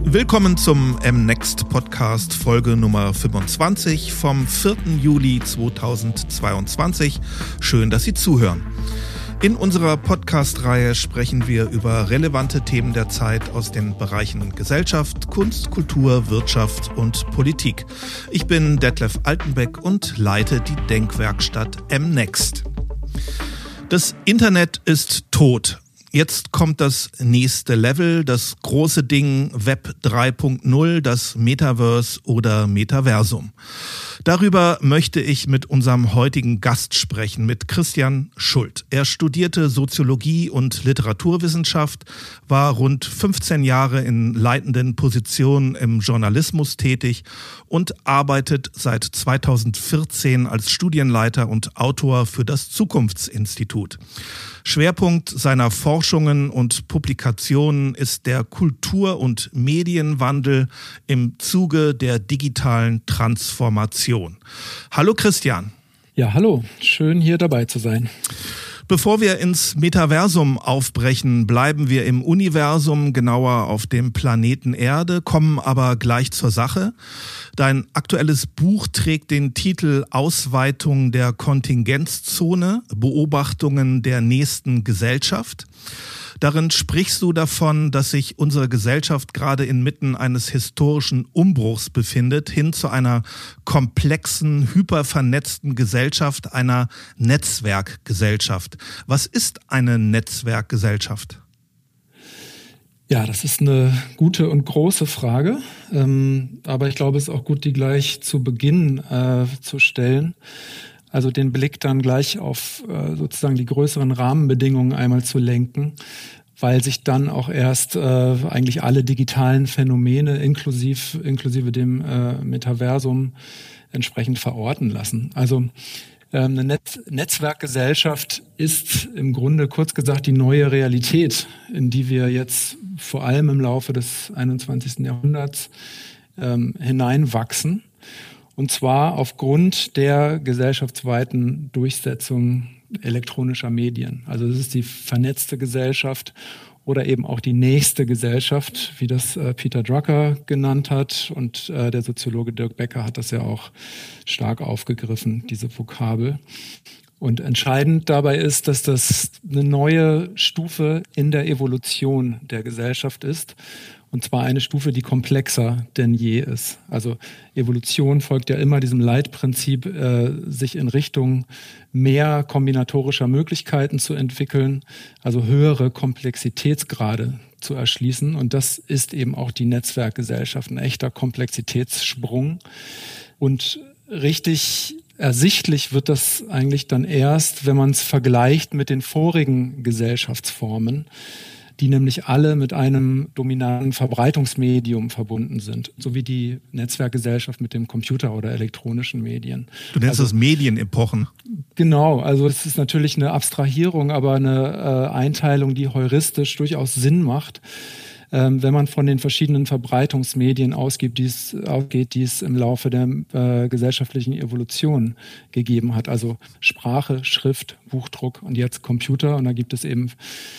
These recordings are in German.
Willkommen zum MNext Podcast, Folge Nummer 25 vom 4. Juli 2022. Schön, dass Sie zuhören. In unserer Podcast-Reihe sprechen wir über relevante Themen der Zeit aus den Bereichen Gesellschaft, Kunst, Kultur, Wirtschaft und Politik. Ich bin Detlef Altenbeck und leite die Denkwerkstatt MNext. Das Internet ist tot. Jetzt kommt das nächste Level, das große Ding Web 3.0, das Metaverse oder Metaversum. Darüber möchte ich mit unserem heutigen Gast sprechen, mit Christian Schult. Er studierte Soziologie und Literaturwissenschaft, war rund 15 Jahre in leitenden Positionen im Journalismus tätig und arbeitet seit 2014 als Studienleiter und Autor für das Zukunftsinstitut. Schwerpunkt seiner Forschungen und Publikationen ist der Kultur- und Medienwandel im Zuge der digitalen Transformation. Hallo Christian. Ja, hallo. Schön hier dabei zu sein. Bevor wir ins Metaversum aufbrechen, bleiben wir im Universum, genauer auf dem Planeten Erde, kommen aber gleich zur Sache. Dein aktuelles Buch trägt den Titel Ausweitung der Kontingenzzone, Beobachtungen der nächsten Gesellschaft. Darin sprichst du davon, dass sich unsere Gesellschaft gerade inmitten eines historischen Umbruchs befindet, hin zu einer komplexen, hypervernetzten Gesellschaft, einer Netzwerkgesellschaft. Was ist eine Netzwerkgesellschaft? Ja, das ist eine gute und große Frage, aber ich glaube, es ist auch gut, die gleich zu Beginn zu stellen. Also den Blick dann gleich auf sozusagen die größeren Rahmenbedingungen einmal zu lenken, weil sich dann auch erst eigentlich alle digitalen Phänomene inklusive dem Metaversum entsprechend verorten lassen. Also eine Netzwerkgesellschaft ist im Grunde kurz gesagt die neue Realität, in die wir jetzt vor allem im Laufe des 21. Jahrhunderts hineinwachsen. Und zwar aufgrund der gesellschaftsweiten Durchsetzung elektronischer Medien. Also es ist die vernetzte Gesellschaft oder eben auch die nächste Gesellschaft, wie das Peter Drucker genannt hat. Und der Soziologe Dirk Becker hat das ja auch stark aufgegriffen, diese Vokabel. Und entscheidend dabei ist, dass das eine neue Stufe in der Evolution der Gesellschaft ist. Und zwar eine Stufe, die komplexer denn je ist. Also Evolution folgt ja immer diesem Leitprinzip, sich in Richtung mehr kombinatorischer Möglichkeiten zu entwickeln, also höhere Komplexitätsgrade zu erschließen. Und das ist eben auch die Netzwerkgesellschaft, ein echter Komplexitätssprung. Und richtig ersichtlich wird das eigentlich dann erst, wenn man es vergleicht mit den vorigen Gesellschaftsformen, die nämlich alle mit einem dominanten Verbreitungsmedium verbunden sind, so wie die Netzwerkgesellschaft mit dem Computer oder elektronischen Medien. Du nennst das Medienepochen. Genau, also es ist natürlich eine Abstrahierung, aber eine Einteilung, die heuristisch durchaus Sinn macht, wenn man von den verschiedenen Verbreitungsmedien ausgeht, die es im Laufe der gesellschaftlichen Evolution gegeben hat. Also Sprache, Schrift, Buchdruck und jetzt Computer. Und da gibt es eben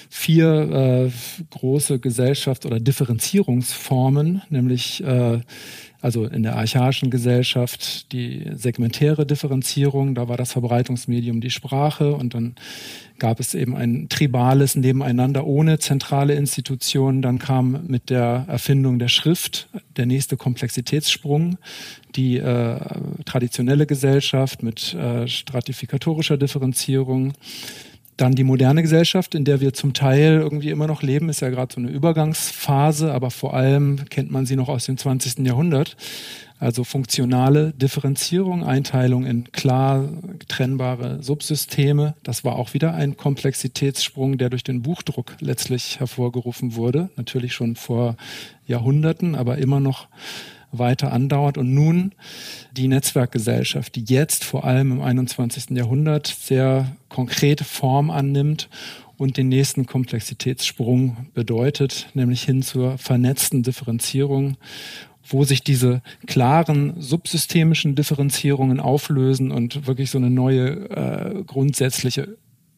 4 große Gesellschafts- oder Differenzierungsformen, nämlich also in der archaischen Gesellschaft die segmentäre Differenzierung, da war das Verbreitungsmedium die Sprache und dann gab es eben ein tribales Nebeneinander ohne zentrale Institutionen. Dann kam mit der Erfindung der Schrift der nächste Komplexitätssprung, die traditionelle Gesellschaft mit stratifikatorischer Differenzierung. Dann die moderne Gesellschaft, in der wir zum Teil irgendwie immer noch leben, ist ja gerade so eine Übergangsphase, aber vor allem kennt man sie noch aus dem 20. Jahrhundert. Also funktionale Differenzierung, Einteilung in klar trennbare Subsysteme. Das war auch wieder ein Komplexitätssprung, der durch den Buchdruck letztlich hervorgerufen wurde. Natürlich schon vor Jahrhunderten, aber immer noch weiter andauert. Und nun die Netzwerkgesellschaft, die jetzt vor allem im 21. Jahrhundert sehr konkrete Form annimmt und den nächsten Komplexitätssprung bedeutet, nämlich hin zur vernetzten Differenzierung, wo sich diese klaren subsystemischen Differenzierungen auflösen und wirklich so eine neue grundsätzliche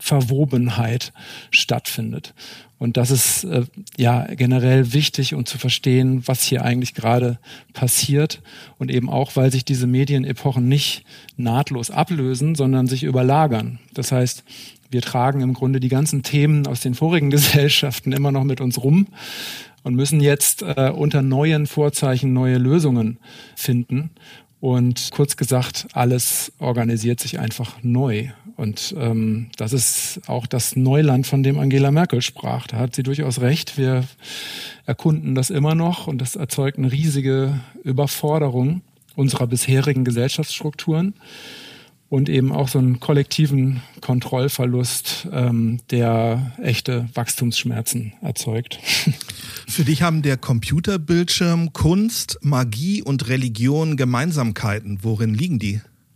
Verwobenheit stattfindet. Und das ist generell wichtig, um zu verstehen, was hier eigentlich gerade passiert. Und eben auch, weil sich diese Medienepochen nicht nahtlos ablösen, sondern sich überlagern. Das heißt, wir tragen im Grunde die ganzen Themen aus den vorigen Gesellschaften immer noch mit uns rum und müssen jetzt unter neuen Vorzeichen neue Lösungen finden. Und kurz gesagt, alles organisiert sich einfach neu. Und das ist auch das Neuland, von dem Angela Merkel sprach. Da hat sie durchaus recht. Wir erkunden das immer noch und das erzeugt eine riesige Überforderung unserer bisherigen Gesellschaftsstrukturen und eben auch so einen kollektiven Kontrollverlust, der echte Wachstumsschmerzen erzeugt. Für dich haben der Computerbildschirm, Kunst, Magie und Religion Gemeinsamkeiten. Worin liegen die?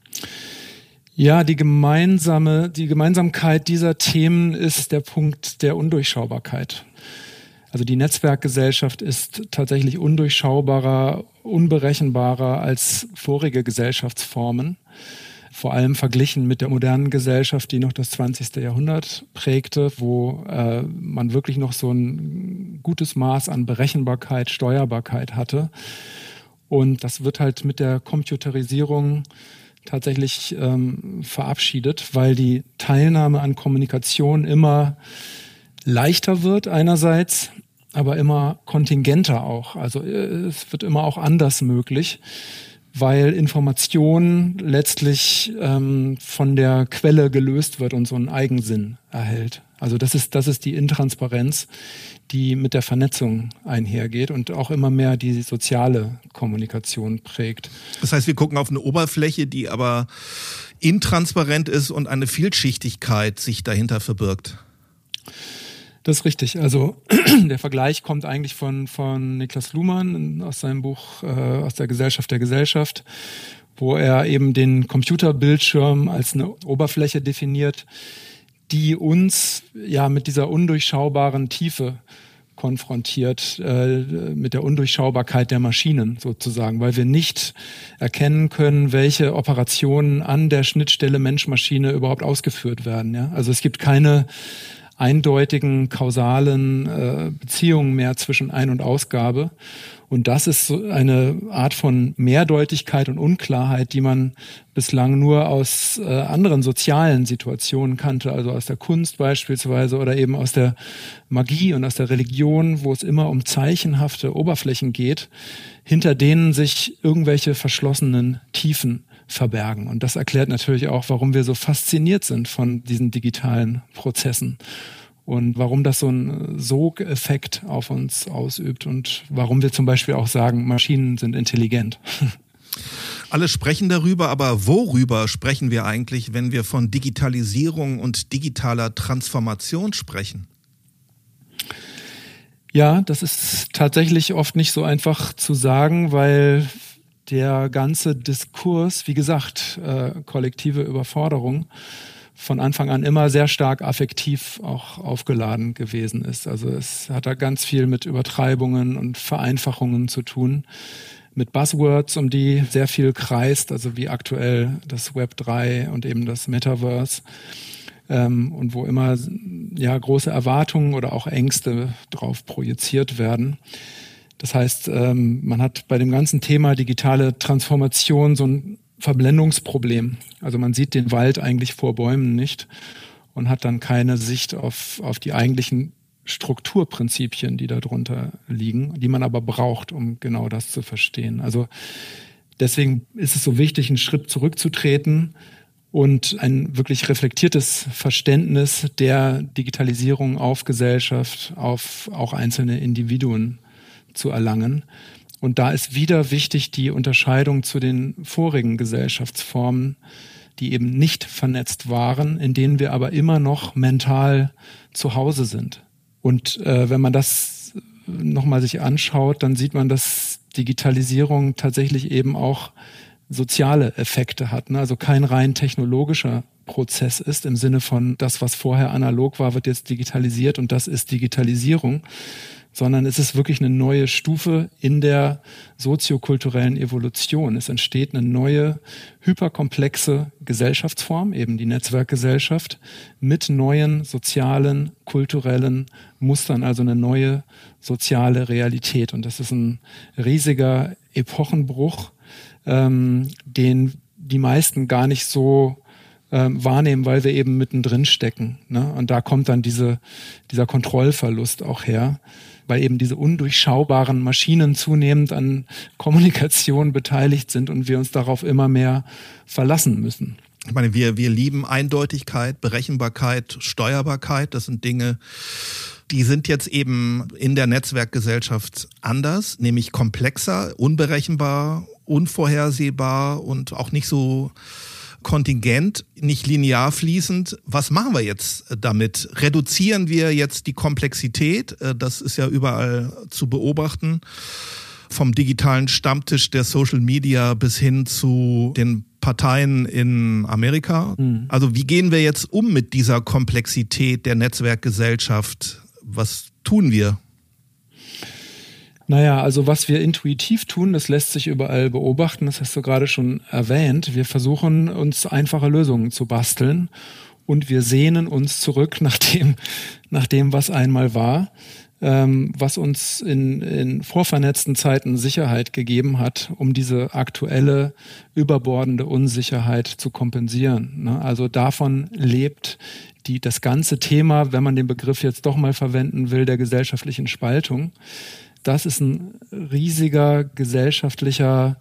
Ja, die Gemeinsamkeit dieser Themen ist der Punkt der Undurchschaubarkeit. Also die Netzwerkgesellschaft ist tatsächlich undurchschaubarer, unberechenbarer als vorige Gesellschaftsformen. Vor allem verglichen mit der modernen Gesellschaft, die noch das 20. Jahrhundert prägte, wo man wirklich noch so ein gutes Maß an Berechenbarkeit, Steuerbarkeit hatte. Und das wird halt mit der Computerisierung tatsächlich verabschiedet, weil die Teilnahme an Kommunikation immer leichter wird einerseits, aber immer kontingenter auch. Also es wird immer auch anders möglich, weil Information letztlich von der Quelle gelöst wird und so einen Eigensinn erhält. Also das ist die Intransparenz, die mit der Vernetzung einhergeht und auch immer mehr die soziale Kommunikation prägt. Das heißt, wir gucken auf eine Oberfläche, die aber intransparent ist und eine Vielschichtigkeit sich dahinter verbirgt. Das ist richtig. Also der Vergleich kommt eigentlich von Niklas Luhmann aus seinem Buch Aus der Gesellschaft der Gesellschaft, wo er eben den Computerbildschirm als eine Oberfläche definiert, die uns ja mit dieser undurchschaubaren Tiefe konfrontiert, mit der Undurchschaubarkeit der Maschinen sozusagen, weil wir nicht erkennen können, welche Operationen an der Schnittstelle Mensch-Maschine überhaupt ausgeführt werden. Ja? Also es gibt keine eindeutigen kausalen Beziehungen mehr zwischen Ein- und Ausgabe. Und das ist so eine Art von Mehrdeutigkeit und Unklarheit, die man bislang nur aus anderen sozialen Situationen kannte, also aus der Kunst beispielsweise oder eben aus der Magie und aus der Religion, wo es immer um zeichenhafte Oberflächen geht, hinter denen sich irgendwelche verschlossenen Tiefen verbergen. Und das erklärt natürlich auch, warum wir so fasziniert sind von diesen digitalen Prozessen und warum das so einen Sogeffekt auf uns ausübt und warum wir zum Beispiel auch sagen, Maschinen sind intelligent. Alle sprechen darüber, aber worüber sprechen wir eigentlich, wenn wir von Digitalisierung und digitaler Transformation sprechen? Ja, das ist tatsächlich oft nicht so einfach zu sagen, weil der ganze Diskurs, wie gesagt, kollektive Überforderung, von Anfang an immer sehr stark affektiv auch aufgeladen gewesen ist. Also es hat da ganz viel mit Übertreibungen und Vereinfachungen zu tun, mit Buzzwords, um die sehr viel kreist, also wie aktuell das Web 3 und eben das Metaverse, und wo immer ja große Erwartungen oder auch Ängste drauf projiziert werden. Das heißt, man hat bei dem ganzen Thema digitale Transformation so ein Verblendungsproblem. Also man sieht den Wald eigentlich vor Bäumen nicht und hat dann keine Sicht auf die eigentlichen Strukturprinzipien, die darunter liegen, die man aber braucht, um genau das zu verstehen. Also deswegen ist es so wichtig, einen Schritt zurückzutreten und ein wirklich reflektiertes Verständnis der Digitalisierung auf Gesellschaft, auf auch einzelne Individuen zu erlangen. Und da ist wieder wichtig die Unterscheidung zu den vorigen Gesellschaftsformen, die eben nicht vernetzt waren, in denen wir aber immer noch mental zu Hause sind. Und wenn man das nochmal sich anschaut, dann sieht man, dass Digitalisierung tatsächlich eben auch soziale Effekte hat, ne? Also kein rein technologischer Prozess ist im Sinne von das, was vorher analog war, wird jetzt digitalisiert und das ist Digitalisierung, sondern es ist wirklich eine neue Stufe in der soziokulturellen Evolution. Es entsteht eine neue, hyperkomplexe Gesellschaftsform, eben die Netzwerkgesellschaft, mit neuen sozialen, kulturellen Mustern, also eine neue soziale Realität. Und das ist ein riesiger Epochenbruch, den die meisten gar nicht so wahrnehmen, weil wir eben mittendrin stecken. Ne? Und da kommt dann dieser Kontrollverlust auch her, weil eben diese undurchschaubaren Maschinen zunehmend an Kommunikation beteiligt sind und wir uns darauf immer mehr verlassen müssen. Ich meine, wir lieben Eindeutigkeit, Berechenbarkeit, Steuerbarkeit. Das sind Dinge, die sind jetzt eben in der Netzwerkgesellschaft anders, nämlich komplexer, unberechenbar, unvorhersehbar und auch nicht so kontingent, nicht linear fließend. Was machen wir jetzt damit? Reduzieren wir jetzt die Komplexität? Das ist ja überall zu beobachten. Vom digitalen Stammtisch der Social Media bis hin zu den Parteien in Amerika. Also wie gehen wir jetzt um mit dieser Komplexität der Netzwerkgesellschaft? Was tun wir? Naja, also was wir intuitiv tun, das lässt sich überall beobachten, das hast du gerade schon erwähnt. Wir versuchen, uns einfache Lösungen zu basteln und wir sehnen uns zurück nach dem, was einmal war, was uns in vorvernetzten Zeiten Sicherheit gegeben hat, um diese aktuelle, überbordende Unsicherheit zu kompensieren. Also davon lebt das ganze Thema, wenn man den Begriff jetzt doch mal verwenden will, der gesellschaftlichen Spaltung. Das ist ein riesiger gesellschaftlicher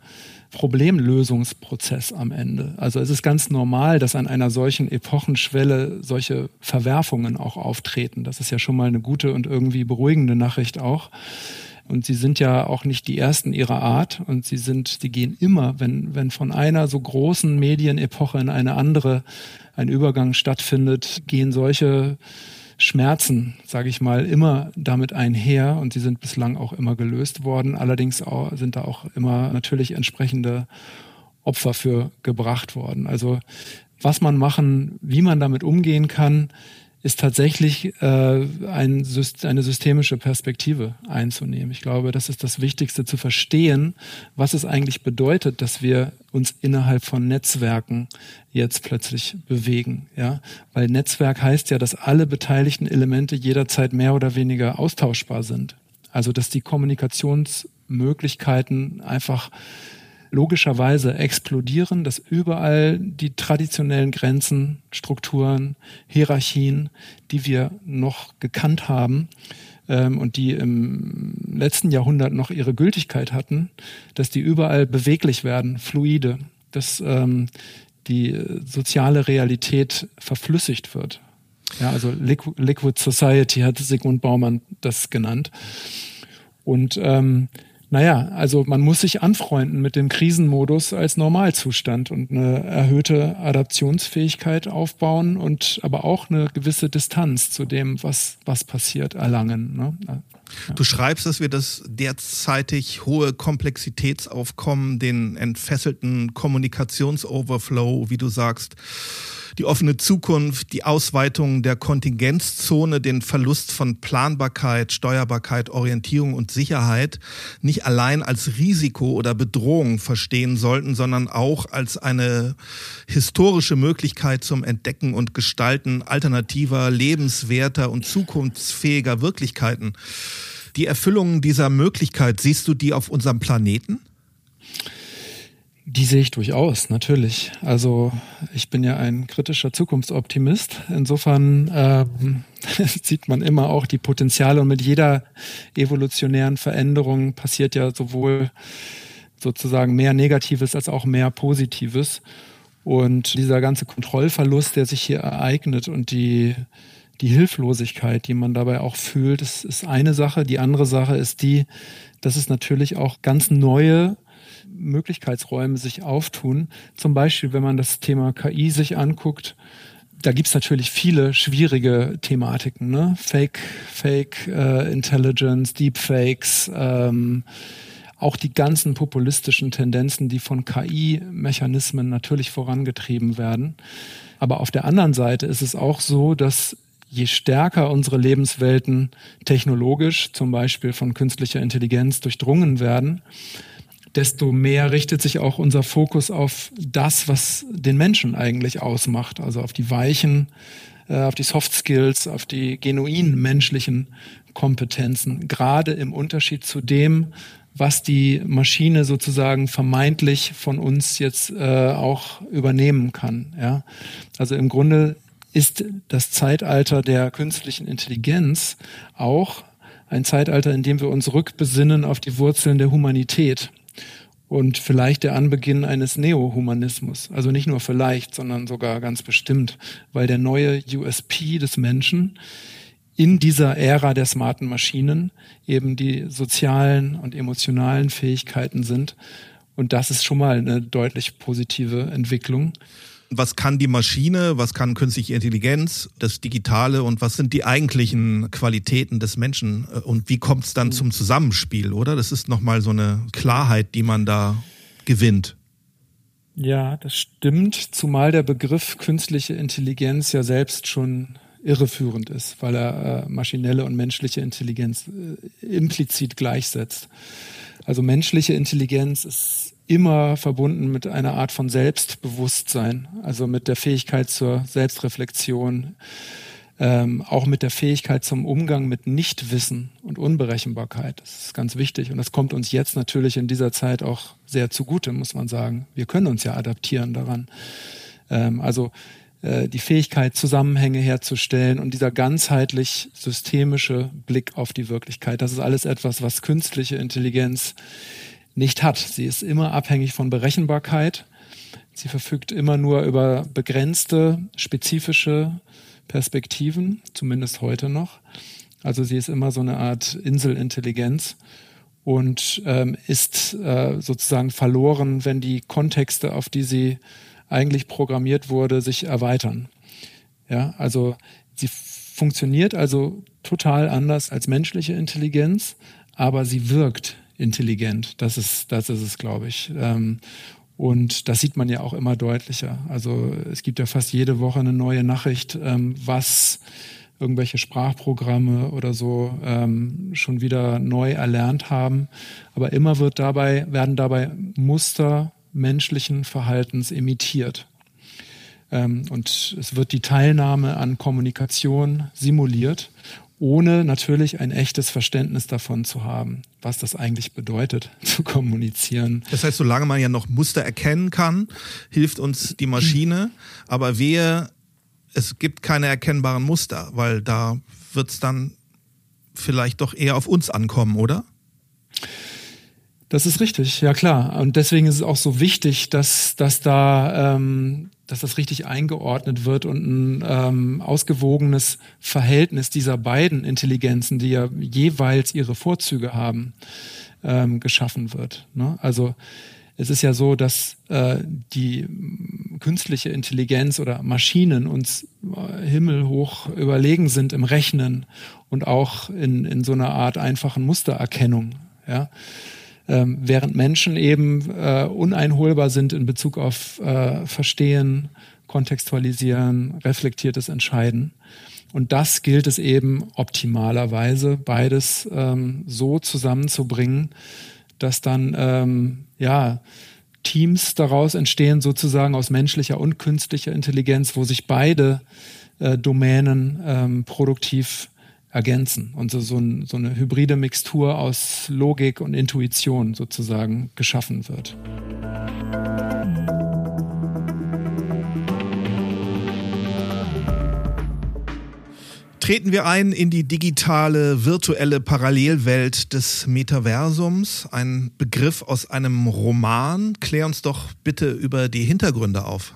Problemlösungsprozess am Ende. Also es ist ganz normal, dass an einer solchen Epochenschwelle solche Verwerfungen auch auftreten. Das ist ja schon mal eine gute und irgendwie beruhigende Nachricht auch. Und sie sind ja auch nicht die ersten ihrer Art und sie gehen immer, wenn von einer so großen Medienepoche in eine andere ein Übergang stattfindet, gehen solche Schmerzen, sage ich mal, immer damit einher und sie sind bislang auch immer gelöst worden. Allerdings sind da auch immer natürlich entsprechende Opfer für gebracht worden. Also was man machen, wie man damit umgehen kann, ist tatsächlich eine systemische Perspektive einzunehmen. Ich glaube, das ist das Wichtigste, zu verstehen, was es eigentlich bedeutet, dass wir uns innerhalb von Netzwerken jetzt plötzlich bewegen. Ja? Weil Netzwerk heißt ja, dass alle beteiligten Elemente jederzeit mehr oder weniger austauschbar sind. Also dass die Kommunikationsmöglichkeiten einfach logischerweise explodieren, dass überall die traditionellen Grenzen, Strukturen, Hierarchien, die wir noch gekannt haben und die im letzten Jahrhundert noch ihre Gültigkeit hatten, dass die überall beweglich werden, fluide, dass die soziale Realität verflüssigt wird. Ja, also Liquid Society hat Zygmunt Bauman das genannt. Und also man muss sich anfreunden mit dem Krisenmodus als Normalzustand und eine erhöhte Adaptionsfähigkeit aufbauen und aber auch eine gewisse Distanz zu dem, was passiert, erlangen. Ne? Ja. Du schreibst, dass wir das derzeitig hohe Komplexitätsaufkommen, den entfesselten Kommunikationsoverflow, wie du sagst, die offene Zukunft, die Ausweitung der Kontingenzzone, den Verlust von Planbarkeit, Steuerbarkeit, Orientierung und Sicherheit nicht allein als Risiko oder Bedrohung verstehen sollten, sondern auch als eine historische Möglichkeit zum Entdecken und Gestalten alternativer, lebenswerter und zukunftsfähiger Wirklichkeiten. Die Erfüllung dieser Möglichkeit, siehst du die auf unserem Planeten? Die sehe ich durchaus, natürlich. Also ich bin ja ein kritischer Zukunftsoptimist. Insofern sieht man immer auch die Potenziale und mit jeder evolutionären Veränderung passiert ja sowohl sozusagen mehr Negatives als auch mehr Positives. Und dieser ganze Kontrollverlust, der sich hier ereignet und die Hilflosigkeit, die man dabei auch fühlt, das ist eine Sache. Die andere Sache ist dass es natürlich auch ganz neue Möglichkeitsräume sich auftun. Zum Beispiel, wenn man das Thema KI sich anguckt, da gibt es natürlich viele schwierige Thematiken, ne? Fake Intelligence, Deepfakes, auch die ganzen populistischen Tendenzen, die von KI-Mechanismen natürlich vorangetrieben werden. Aber auf der anderen Seite ist es auch so, dass je stärker unsere Lebenswelten technologisch, zum Beispiel von künstlicher Intelligenz, durchdrungen werden, desto mehr richtet sich auch unser Fokus auf das, was den Menschen eigentlich ausmacht, also auf die weichen, auf die Soft Skills, auf die genuin menschlichen Kompetenzen, gerade im Unterschied zu dem, was die Maschine sozusagen vermeintlich von uns jetzt auch übernehmen kann. Ja? Also im Grunde ist das Zeitalter der künstlichen Intelligenz auch ein Zeitalter, in dem wir uns rückbesinnen auf die Wurzeln der Humanität und vielleicht der Anbeginn eines Neohumanismus. Also nicht nur vielleicht, sondern sogar ganz bestimmt, weil der neue USP des Menschen in dieser Ära der smarten Maschinen eben die sozialen und emotionalen Fähigkeiten sind. Und das ist schon mal eine deutlich positive Entwicklung. Was kann die Maschine, was kann künstliche Intelligenz, das Digitale und was sind die eigentlichen Qualitäten des Menschen und wie kommt es dann zum Zusammenspiel, oder? Das ist nochmal so eine Klarheit, die man da gewinnt. Ja, das stimmt, zumal der Begriff künstliche Intelligenz ja selbst schon irreführend ist, weil er maschinelle und menschliche Intelligenz implizit gleichsetzt. Also menschliche Intelligenz ist immer verbunden mit einer Art von Selbstbewusstsein, also mit der Fähigkeit zur Selbstreflexion, auch mit der Fähigkeit zum Umgang mit Nichtwissen und Unberechenbarkeit. Das ist ganz wichtig und das kommt uns jetzt natürlich in dieser Zeit auch sehr zugute, muss man sagen. Wir können uns ja adaptieren daran. Die Fähigkeit, Zusammenhänge herzustellen und dieser ganzheitlich systemische Blick auf die Wirklichkeit, das ist alles etwas, was künstliche Intelligenz nicht hat. Sie ist immer abhängig von Berechenbarkeit. Sie verfügt immer nur über begrenzte, spezifische Perspektiven, zumindest heute noch. Also sie ist immer so eine Art Inselintelligenz und ist sozusagen verloren, wenn die Kontexte, auf die sie eigentlich programmiert wurde, sich erweitern. Ja, also sie funktioniert also total anders als menschliche Intelligenz, aber sie wirkt intelligent. Das ist es, glaube ich. Und das sieht man ja auch immer deutlicher. Also es gibt ja fast jede Woche eine neue Nachricht, was irgendwelche Sprachprogramme oder so schon wieder neu erlernt haben. Aber immer werden dabei Muster menschlichen Verhaltens imitiert. Und es wird die Teilnahme an Kommunikation simuliert, ohne natürlich ein echtes Verständnis davon zu haben, was das eigentlich bedeutet, zu kommunizieren. Das heißt, solange man ja noch Muster erkennen kann, hilft uns die Maschine, aber es gibt keine erkennbaren Muster, weil da wird es dann vielleicht doch eher auf uns ankommen, oder? Das ist richtig, ja klar. Und deswegen ist es auch so wichtig, dass das richtig eingeordnet wird und ein ausgewogenes Verhältnis dieser beiden Intelligenzen, die ja jeweils ihre Vorzüge haben, geschaffen wird. Ne? Also es ist ja so, dass die künstliche Intelligenz oder Maschinen uns himmelhoch überlegen sind im Rechnen und auch in so einer Art einfachen Mustererkennung. Ja? Während Menschen eben uneinholbar sind in Bezug auf Verstehen, Kontextualisieren, reflektiertes Entscheiden. Und das gilt es eben optimalerweise, beides so zusammenzubringen, dass dann Teams daraus entstehen, sozusagen aus menschlicher und künstlicher Intelligenz, wo sich beide Domänen produktiv ergänzen und so eine hybride Mixtur aus Logik und Intuition sozusagen geschaffen wird. Treten wir ein in die digitale, virtuelle Parallelwelt des Metaversums. Ein Begriff aus einem Roman. Klär uns doch bitte über die Hintergründe auf.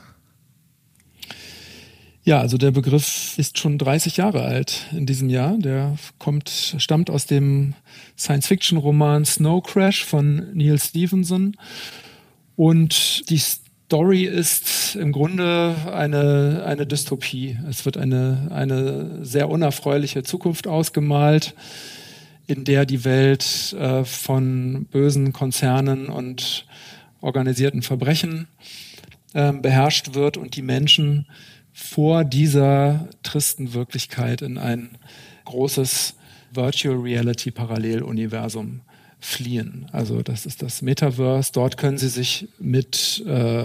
Ja, also der Begriff ist schon 30 Jahre alt in diesem Jahr. Der stammt aus dem Science-Fiction-Roman Snow Crash von Neil Stephenson. Und die Story ist im Grunde eine Dystopie. Es wird eine sehr unerfreuliche Zukunft ausgemalt, in der die Welt von bösen Konzernen und organisierten Verbrechen beherrscht wird und die Menschen vor dieser tristen Wirklichkeit in ein großes Virtual Reality Paralleluniversum fliehen. Also das ist das Metaverse. Dort können Sie sich mit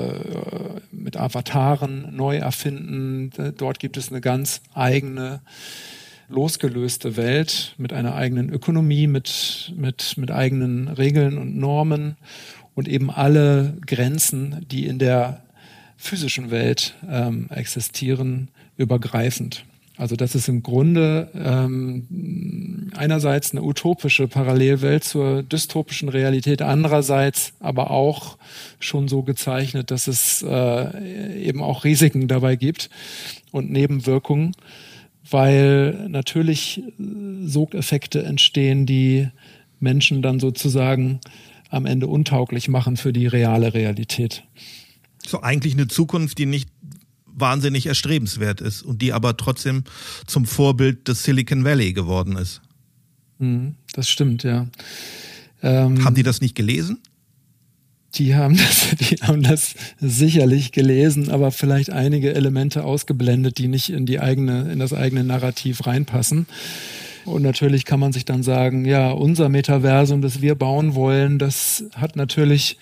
Avataren neu erfinden. Dort gibt es eine ganz eigene, losgelöste Welt mit einer eigenen Ökonomie, mit eigenen Regeln und Normen und eben alle Grenzen, die in der physischen Welt existieren, übergreifend. Also das ist im Grunde einerseits eine utopische Parallelwelt zur dystopischen Realität, andererseits aber auch schon so gezeichnet, dass es eben auch Risiken dabei gibt und Nebenwirkungen, weil natürlich Sogeffekte entstehen, die Menschen dann sozusagen am Ende untauglich machen für die reale Realität. So eigentlich eine Zukunft, die nicht wahnsinnig erstrebenswert ist und die aber trotzdem zum Vorbild des Silicon Valley geworden ist. Das stimmt, ja. Haben die das nicht gelesen? Die haben das sicherlich gelesen, aber vielleicht einige Elemente ausgeblendet, die nicht in das eigene Narrativ reinpassen. Und natürlich kann man sich dann sagen, ja, unser Metaversum, das wir bauen wollen, das hat natürlich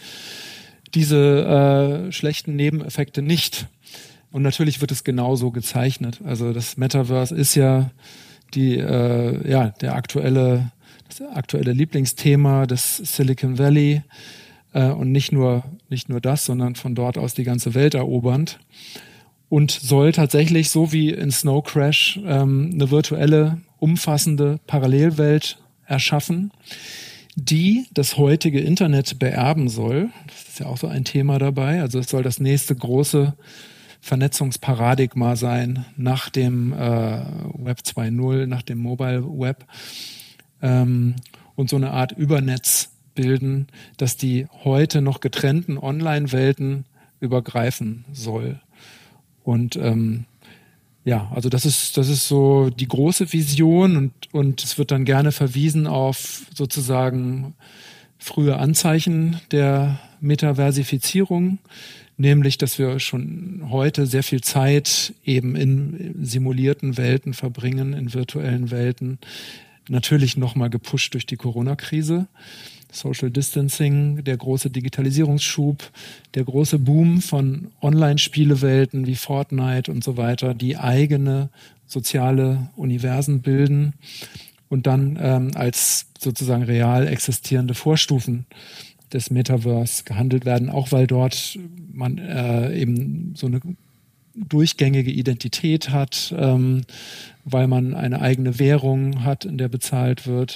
diese schlechten Nebeneffekte nicht. Und natürlich wird es genauso gezeichnet. Also das Metaverse ist ja das aktuelle Lieblingsthema des Silicon Valley und nicht nur das, sondern von dort aus die ganze Welt erobernd und soll tatsächlich, so wie in Snow Crash, eine virtuelle, umfassende Parallelwelt erschaffen, die das heutige Internet beerben soll. Das ist ja auch so ein Thema dabei. Also es soll das nächste große Vernetzungsparadigma sein nach dem Web 2.0, nach dem Mobile Web und so eine Art Übernetz bilden, das die heute noch getrennten Online-Welten übergreifen soll. Und also das ist so die große Vision und es wird dann gerne verwiesen auf sozusagen frühe Anzeichen der Metaversifizierung, nämlich, dass wir schon heute sehr viel Zeit eben in simulierten Welten verbringen, in virtuellen Welten. Natürlich nochmal gepusht durch die Corona-Krise. Social Distancing, der große Digitalisierungsschub, der große Boom von Online-Spielewelten wie Fortnite und so weiter, die eigene soziale Universen bilden und dann als sozusagen real existierende Vorstufen des Metaverse gehandelt werden, auch weil dort man eben so eine durchgängige Identität hat, weil man eine eigene Währung hat, in der bezahlt wird.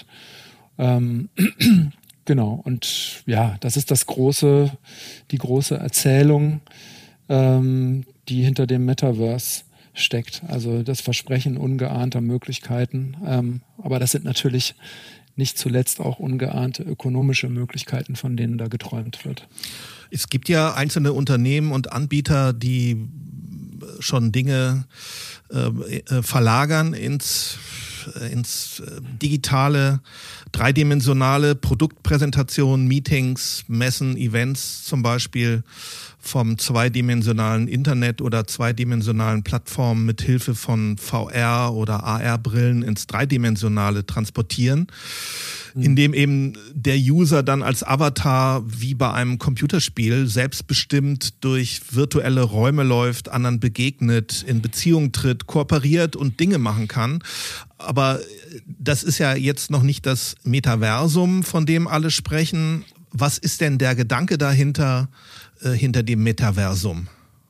Genau, und ja, das ist die große Erzählung, die hinter dem Metaverse steckt. Also das Versprechen ungeahnter Möglichkeiten. Aber das sind natürlich nicht zuletzt auch ungeahnte ökonomische Möglichkeiten, von denen da geträumt wird. Es gibt ja einzelne Unternehmen und Anbieter, die schon Dinge verlagern ins digitale, dreidimensionale Produktpräsentationen, Meetings, Messen, Events zum Beispiel vom zweidimensionalen Internet oder zweidimensionalen Plattformen mit Hilfe von VR- oder AR-Brillen ins Dreidimensionale transportieren, indem eben der User dann als Avatar wie bei einem Computerspiel selbstbestimmt durch virtuelle Räume läuft, anderen begegnet, in Beziehung tritt, kooperiert und Dinge machen kann. Aber das ist ja jetzt noch nicht das Metaversum, von dem alle sprechen. Was ist denn der Gedanke dahinter, hinter dem Metaversum?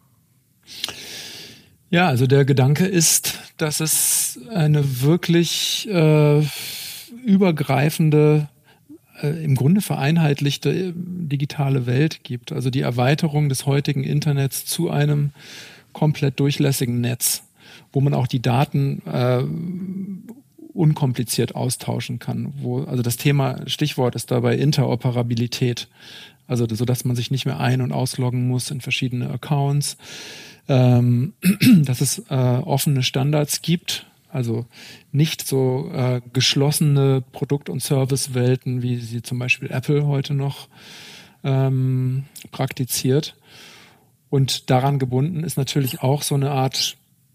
Ja, also der Gedanke ist, dass es eine wirklich übergreifende, im Grunde vereinheitlichte digitale Welt gibt. Also die Erweiterung des heutigen Internets zu einem komplett durchlässigen Netz, wo man auch die Daten unkompliziert austauschen kann. Also das Stichwort ist dabei Interoperabilität. Also so, dass man sich nicht mehr ein- und ausloggen muss in verschiedene Accounts, dass es offene Standards gibt, also nicht so geschlossene Produkt- und Servicewelten, wie sie zum Beispiel Apple heute noch praktiziert. Und daran gebunden ist natürlich auch so eine Art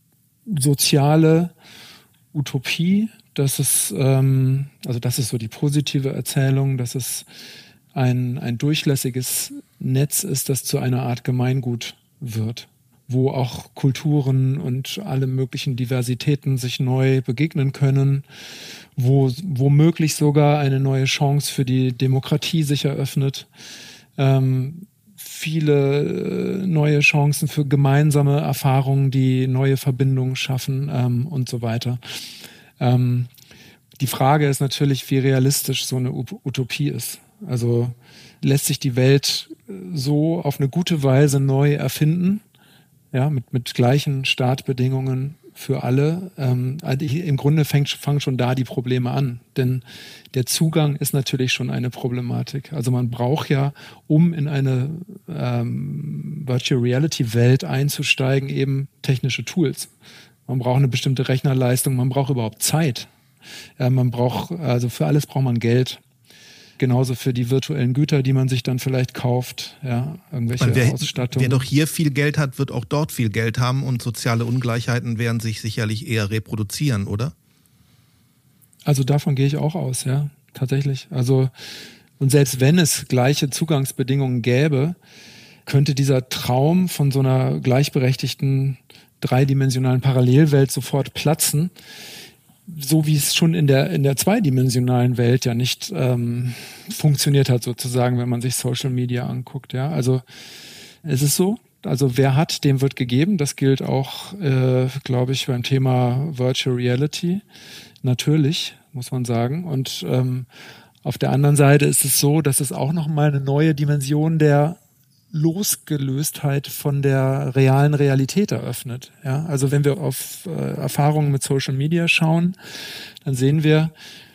soziale Utopie, dass es, also das ist so die positive Erzählung, dass es ein durchlässiges Netz ist, das zu einer Art Gemeingut wird, wo auch Kulturen und alle möglichen Diversitäten sich neu begegnen können, wo womöglich sogar eine neue Chance für die Demokratie sich eröffnet, viele neue Chancen für gemeinsame Erfahrungen, die neue Verbindungen schaffen und so weiter. Die Frage ist natürlich, wie realistisch so eine Utopie ist. Also lässt sich die Welt so auf eine gute Weise neu erfinden, ja, mit gleichen Startbedingungen für alle. Im Grunde fangen schon da die Probleme an, denn der Zugang ist natürlich schon eine Problematik. Also man braucht ja, um in eine Virtual Reality Welt einzusteigen, eben technische Tools. Man braucht eine bestimmte Rechnerleistung, man braucht überhaupt Zeit. Also für alles braucht man Geld. Genauso für die virtuellen Güter, die man sich dann vielleicht kauft, ja, irgendwelche Ausstattung. Wer doch hier viel Geld hat, wird auch dort viel Geld haben und soziale Ungleichheiten werden sich sicherlich eher reproduzieren, oder? Also davon gehe ich auch aus, ja, tatsächlich. Also, und selbst wenn es gleiche Zugangsbedingungen gäbe, könnte dieser Traum von so einer gleichberechtigten, dreidimensionalen Parallelwelt sofort platzen, so wie es schon in der zweidimensionalen Welt ja nicht funktioniert hat, sozusagen, wenn man sich Social Media anguckt. Ja, also es ist so, also wer hat, dem wird gegeben. Das gilt auch, glaube ich, beim Thema Virtual Reality. Natürlich, muss man sagen. Und auf der anderen Seite ist es so, dass es auch nochmal eine neue Dimension der Losgelöstheit von der realen Realität eröffnet. Ja, also wenn wir auf Erfahrungen mit Social Media schauen, dann sehen wir,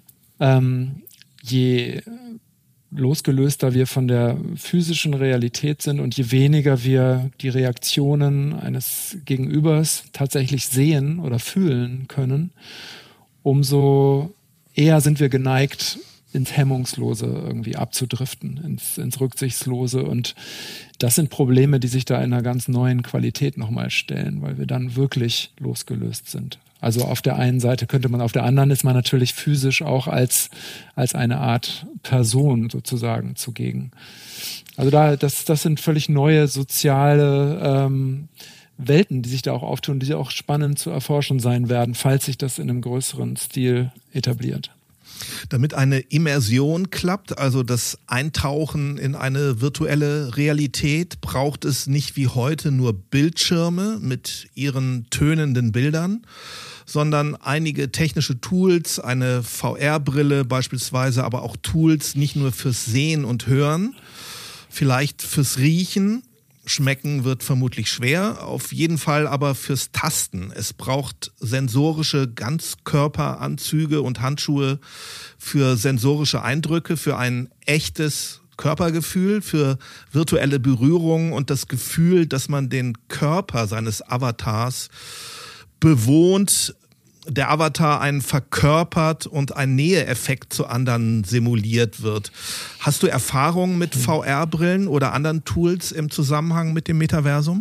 je losgelöster wir von der physischen Realität sind und je weniger wir die Reaktionen eines Gegenübers tatsächlich sehen oder fühlen können, umso eher sind wir geneigt, ins Hemmungslose irgendwie abzudriften, ins Rücksichtslose. Und das sind Probleme, die sich da in einer ganz neuen Qualität nochmal stellen, weil wir dann wirklich losgelöst sind. Also auf der einen Seite auf der anderen ist man natürlich physisch auch als eine Art Person sozusagen zugegen. Also das sind völlig neue soziale Welten, die sich da auch auftun, die auch spannend zu erforschen sein werden, falls sich das in einem größeren Stil etabliert. Damit eine Immersion klappt, also das Eintauchen in eine virtuelle Realität, braucht es nicht wie heute nur Bildschirme mit ihren tönenden Bildern, sondern einige technische Tools, eine VR-Brille beispielsweise, aber auch Tools nicht nur fürs Sehen und Hören, vielleicht fürs Riechen. Schmecken wird vermutlich schwer, auf jeden Fall aber fürs Tasten. Es braucht sensorische Ganzkörperanzüge und Handschuhe für sensorische Eindrücke, für ein echtes Körpergefühl, für virtuelle Berührung und das Gefühl, dass man den Körper seines Avatars bewohnt, der Avatar einen verkörpert und ein Näheeffekt zu anderen simuliert wird. Hast du Erfahrungen mit VR-Brillen oder anderen Tools im Zusammenhang mit dem Metaversum?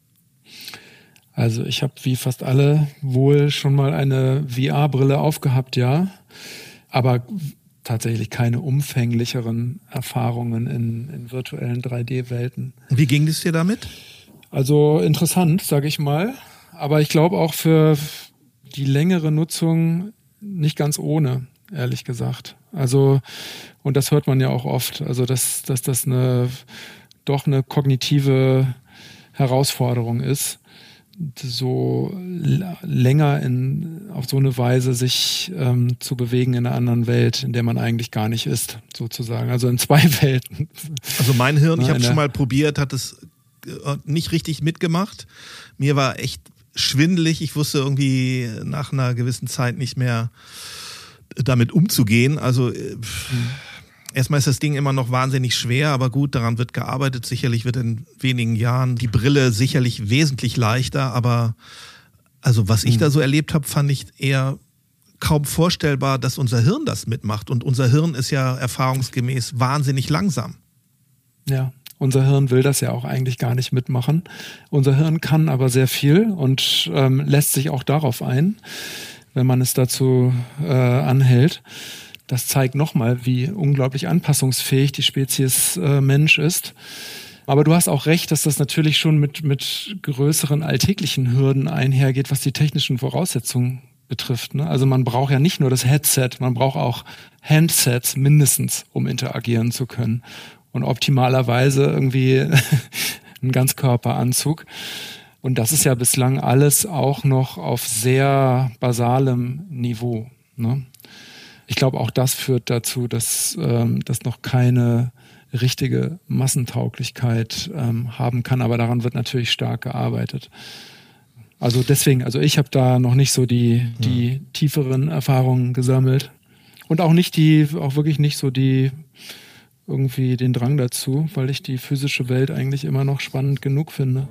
Also ich habe wie fast alle wohl schon mal eine VR-Brille aufgehabt, ja, aber tatsächlich keine umfänglicheren Erfahrungen in virtuellen 3D-Welten. Wie ging es dir damit? Also interessant, sage ich mal, aber ich glaube auch für die längere Nutzung nicht ganz ohne, ehrlich gesagt. Also, und das hört man ja auch oft, also dass das doch eine kognitive Herausforderung ist, so länger auf so eine Weise sich zu bewegen in einer anderen Welt, in der man eigentlich gar nicht ist, sozusagen. Also in zwei Welten. Also mein Hirn, ich habe schon mal probiert, hat es nicht richtig mitgemacht. Mir war echt schwindelig. Ich wusste irgendwie nach einer gewissen Zeit nicht mehr damit umzugehen. Also erstmal ist das Ding immer noch wahnsinnig schwer, aber gut, daran wird gearbeitet. Sicherlich wird in wenigen Jahren die Brille sicherlich wesentlich leichter, aber also was ich da so erlebt habe, fand ich eher kaum vorstellbar, dass unser Hirn das mitmacht. Und unser Hirn ist ja erfahrungsgemäß wahnsinnig langsam. Ja, Unser Hirn will das ja auch eigentlich gar nicht mitmachen. Unser Hirn kann aber sehr viel und lässt sich auch darauf ein, wenn man es dazu anhält. Das zeigt nochmal, wie unglaublich anpassungsfähig die Spezies Mensch ist. Aber du hast auch recht, dass das natürlich schon mit größeren alltäglichen Hürden einhergeht, was die technischen Voraussetzungen betrifft. Ne? Also man braucht ja nicht nur das Headset, man braucht auch Handsets mindestens, um interagieren zu können. Und optimalerweise irgendwie einen Ganzkörperanzug. Und das ist ja bislang alles auch noch auf sehr basalem Niveau. Ne? Ich glaube, auch das führt dazu, dass das noch keine richtige Massentauglichkeit haben kann. Aber daran wird natürlich stark gearbeitet. Also deswegen, ich habe da noch nicht so die tieferen Erfahrungen gesammelt. Und auch wirklich nicht so irgendwie den Drang dazu, weil ich die physische Welt eigentlich immer noch spannend genug finde.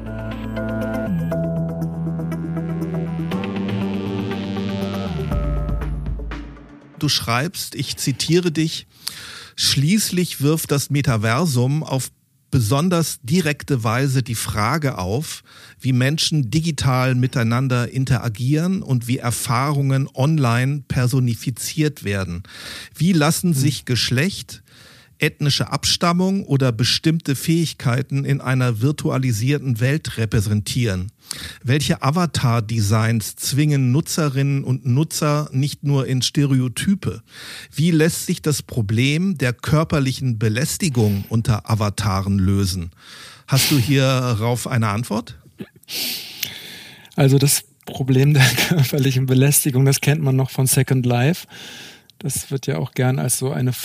Du schreibst, ich zitiere dich, schließlich wirft das Metaversum auf besonders direkte Weise die Frage auf, wie Menschen digital miteinander interagieren und wie Erfahrungen online personifiziert werden. Wie lassen sich Geschlecht, ethnische Abstammung oder bestimmte Fähigkeiten in einer virtualisierten Welt repräsentieren? Welche Avatar-Designs zwingen Nutzerinnen und Nutzer nicht nur in Stereotype? Wie lässt sich das Problem der körperlichen Belästigung unter Avataren lösen? Hast du hierauf eine Antwort? Also das Problem der körperlichen Belästigung, das kennt man noch von Second Life. Das wird ja auch gern als so eine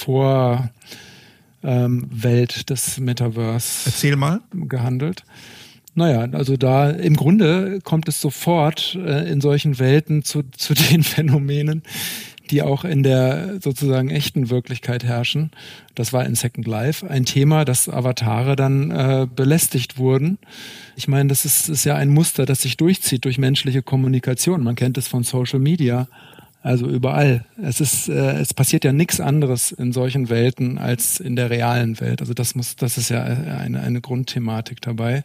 Welt des Metaverse gehandelt. Naja, also da im Grunde kommt es sofort in solchen Welten zu den Phänomenen, die auch in der sozusagen echten Wirklichkeit herrschen. Das war in Second Life ein Thema, dass Avatare dann belästigt wurden. Ich meine, das ist ja ein Muster, das sich durchzieht durch menschliche Kommunikation. Man kennt es von Social Media. Also überall. Es passiert ja nichts anderes in solchen Welten als in der realen Welt. Also das ist ja eine Grundthematik dabei.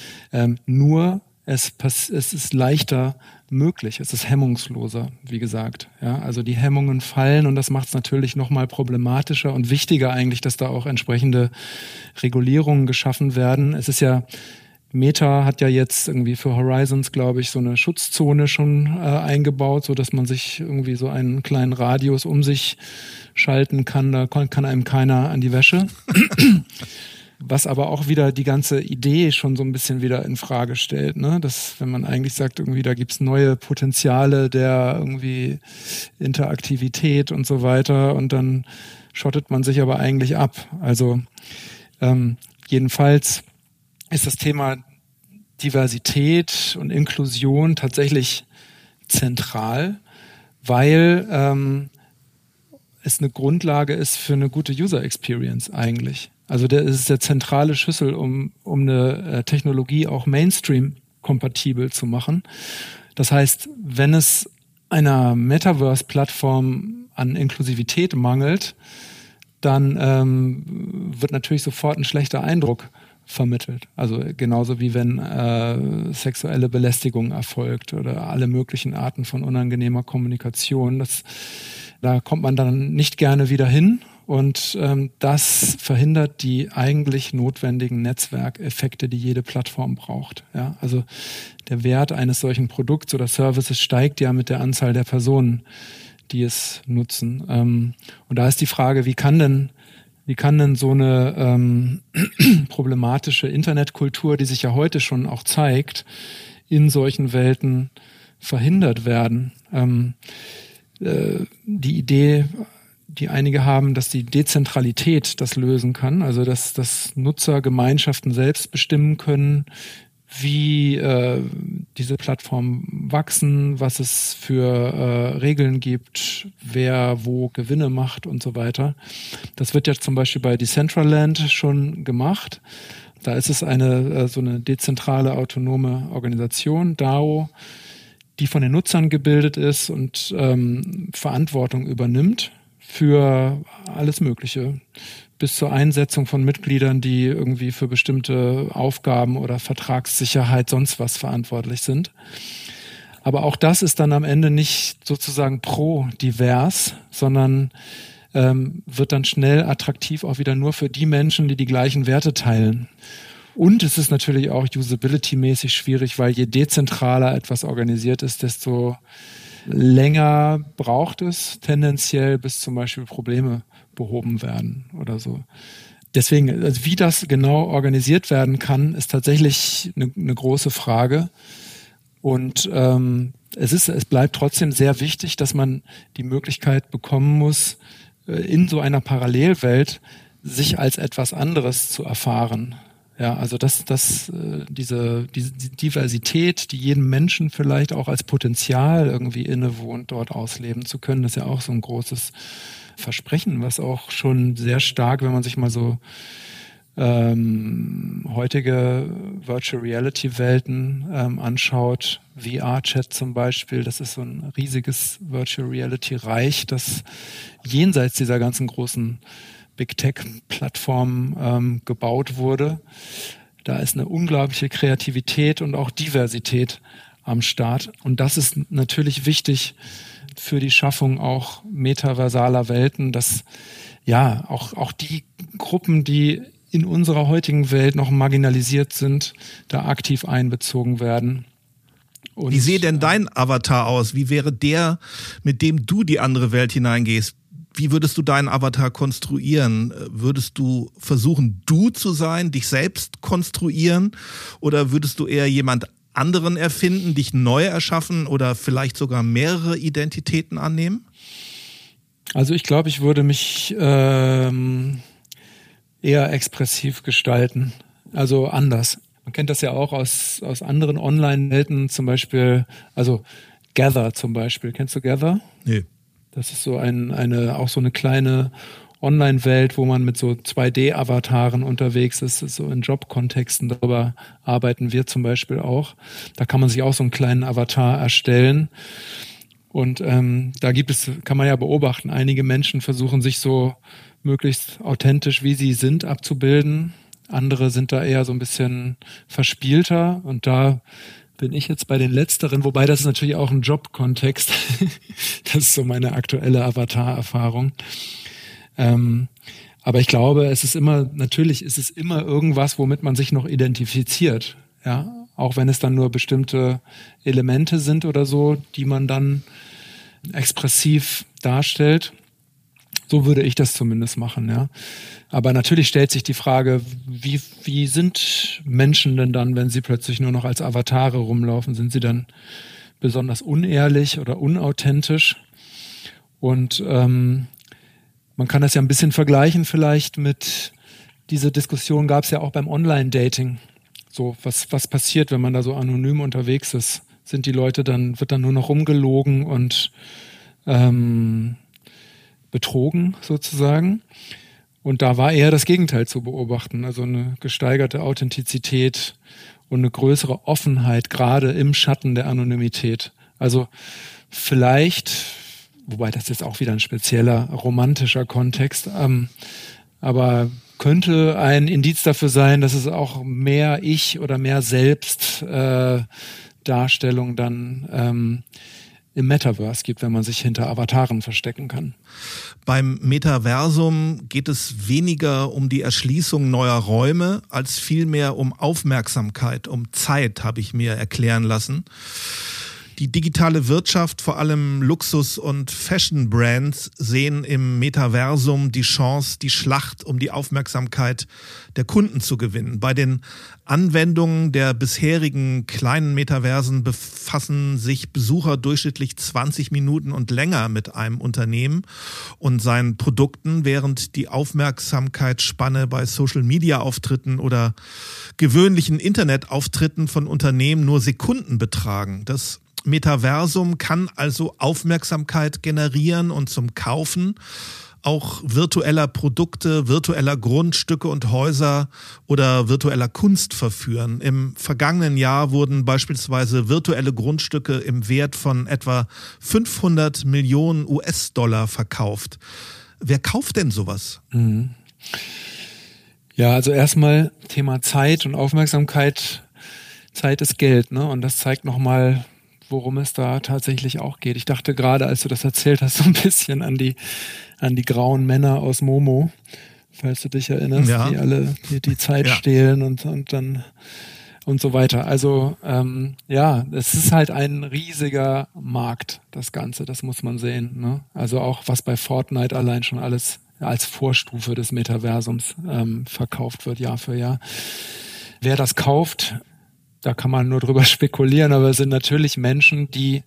Nur es ist leichter möglich. Es ist hemmungsloser, wie gesagt. Ja, also die Hemmungen fallen und das macht es natürlich nochmal problematischer und wichtiger eigentlich, dass da auch entsprechende Regulierungen geschaffen werden. Es ist ja Meta hat ja jetzt irgendwie für Horizons, glaube ich, so eine Schutzzone schon eingebaut, so dass man sich irgendwie so einen kleinen Radius um sich schalten kann. Da kann einem keiner an die Wäsche. Was aber auch wieder die ganze Idee schon so ein bisschen wieder in Frage stellt, ne? Dass, wenn man eigentlich sagt, irgendwie da gibt's neue Potenziale der irgendwie Interaktivität und so weiter und dann schottet man sich aber eigentlich ab. Also jedenfalls ist das Thema Diversität und Inklusion tatsächlich zentral, weil es eine Grundlage ist für eine gute User Experience eigentlich. Also es ist der zentrale Schlüssel, um eine Technologie auch Mainstream-kompatibel zu machen. Das heißt, wenn es einer Metaverse-Plattform an Inklusivität mangelt, dann wird natürlich sofort ein schlechter Eindruck vermittelt. Also genauso wie wenn sexuelle Belästigung erfolgt oder alle möglichen Arten von unangenehmer Kommunikation. Da kommt man dann nicht gerne wieder hin und das verhindert die eigentlich notwendigen Netzwerkeffekte, die jede Plattform braucht. Ja? Also der Wert eines solchen Produkts oder Services steigt ja mit der Anzahl der Personen, die es nutzen. Und da ist die Frage, wie kann denn so eine problematische Internetkultur, die sich ja heute schon auch zeigt, in solchen Welten verhindert werden? Die Idee, die einige haben, dass die Dezentralität das lösen kann, also dass Nutzergemeinschaften selbst bestimmen können, wie diese Plattformen wachsen, was es für Regeln gibt, wer wo Gewinne macht und so weiter. Das wird ja zum Beispiel bei Decentraland schon gemacht. Da ist es so eine dezentrale autonome Organisation, DAO, die von den Nutzern gebildet ist und Verantwortung übernimmt für alles Mögliche. Bis zur Einsetzung von Mitgliedern, die irgendwie für bestimmte Aufgaben oder Vertragssicherheit sonst was verantwortlich sind. Aber auch das ist dann am Ende nicht sozusagen pro-divers, sondern wird dann schnell attraktiv auch wieder nur für die Menschen, die die gleichen Werte teilen. Und es ist natürlich auch usability-mäßig schwierig, weil je dezentraler etwas organisiert ist, desto länger braucht es tendenziell, bis zum Beispiel Probleme behoben werden oder so. Deswegen, also wie das genau organisiert werden kann, ist tatsächlich eine große Frage. Und es bleibt trotzdem sehr wichtig, dass man die Möglichkeit bekommen muss, in so einer Parallelwelt sich als etwas anderes zu erfahren. Ja, also diese Diversität, die jedem Menschen vielleicht auch als Potenzial irgendwie innewohnt, dort ausleben zu können, ist ja auch so ein großes Versprechen, was auch schon sehr stark, wenn man sich mal so heutige Virtual Reality Welten anschaut, VR-Chat zum Beispiel, das ist so ein riesiges Virtual Reality Reich, das jenseits dieser ganzen großen Big Tech-Plattformen gebaut wurde. Da ist eine unglaubliche Kreativität und auch Diversität am Start. Und das ist natürlich wichtig für die Schaffung auch metaversaler Welten, dass ja auch die Gruppen, die in unserer heutigen Welt noch marginalisiert sind, da aktiv einbezogen werden. Und wie sähe denn dein Avatar aus? Wie wäre der, mit dem du die andere Welt hineingehst? Wie würdest du deinen Avatar konstruieren? Würdest du versuchen, du zu sein, dich selbst konstruieren? Oder würdest du eher jemand anderen erfinden, dich neu erschaffen oder vielleicht sogar mehrere Identitäten annehmen? Also ich glaube, ich würde mich eher expressiv gestalten, also anders. Man kennt das ja auch aus anderen Online-Welten, zum Beispiel, also Gather zum Beispiel. Kennst du Gather? Nee. Das ist so auch so eine kleine Online-Welt, wo man mit so 2D-Avataren unterwegs ist, so in Jobkontexten. Darüber arbeiten wir zum Beispiel auch. Da kann man sich auch so einen kleinen Avatar erstellen. Und da kann man ja beobachten, einige Menschen versuchen sich so möglichst authentisch, wie sie sind, abzubilden. Andere sind da eher so ein bisschen verspielter. Und da bin ich jetzt bei den Letzteren, wobei das ist natürlich auch ein Jobkontext. Das ist so meine aktuelle Avatar-Erfahrung. Aber ich glaube, natürlich ist es immer irgendwas, womit man sich noch identifiziert. Ja, auch wenn es dann nur bestimmte Elemente sind oder so, die man dann expressiv darstellt. So würde ich das zumindest machen, ja. Aber natürlich stellt sich die Frage, wie sind Menschen denn dann, wenn sie plötzlich nur noch als Avatare rumlaufen? Sind sie dann besonders unehrlich oder unauthentisch? Und man kann das ja ein bisschen vergleichen vielleicht mit, diese Diskussion gab es ja auch beim Online-Dating. So, was passiert, wenn man da so anonym unterwegs ist? Wird dann nur noch rumgelogen und betrogen sozusagen? Und da war eher das Gegenteil zu beobachten, also eine gesteigerte Authentizität und eine größere Offenheit, gerade im Schatten der Anonymität. Also vielleicht, wobei das jetzt auch wieder ein spezieller romantischer Kontext, aber könnte ein Indiz dafür sein, dass es auch mehr Ich oder mehr Selbstdarstellung dann im Metaverse gibt, wenn man sich hinter Avataren verstecken kann. Beim Metaversum geht es weniger um die Erschließung neuer Räume, als vielmehr um Aufmerksamkeit, um Zeit, habe ich mir erklären lassen. Die digitale Wirtschaft, vor allem Luxus- und Fashion-Brands, sehen im Metaversum die Chance, die Schlacht um die Aufmerksamkeit der Kunden zu gewinnen. Bei den Anwendungen der bisherigen kleinen Metaversen befassen sich Besucher durchschnittlich 20 Minuten und länger mit einem Unternehmen und seinen Produkten, während die Aufmerksamkeitsspanne bei Social-Media-Auftritten oder gewöhnlichen Internetauftritten von Unternehmen nur Sekunden betragen. Das Metaversum kann also Aufmerksamkeit generieren und zum Kaufen auch virtueller Produkte, virtueller Grundstücke und Häuser oder virtueller Kunst verführen. Im vergangenen Jahr wurden beispielsweise virtuelle Grundstücke im Wert von etwa 500 Millionen US-Dollar verkauft. Wer kauft denn sowas? Ja, also erstmal Thema Zeit und Aufmerksamkeit. Zeit ist Geld, ne? Und das zeigt nochmal, worum es da tatsächlich auch geht. Ich dachte gerade, als du das erzählt hast, so ein bisschen an die grauen Männer aus Momo, falls du dich erinnerst, ja, die alle die Zeit stehlen und dann und so weiter. Also es ist halt ein riesiger Markt, das Ganze, das muss man sehen, ne? Also auch was bei Fortnite allein schon alles als Vorstufe des Metaversums verkauft wird, Jahr für Jahr. Wer das kauft, da kann man nur drüber spekulieren, aber es sind natürlich Menschen, die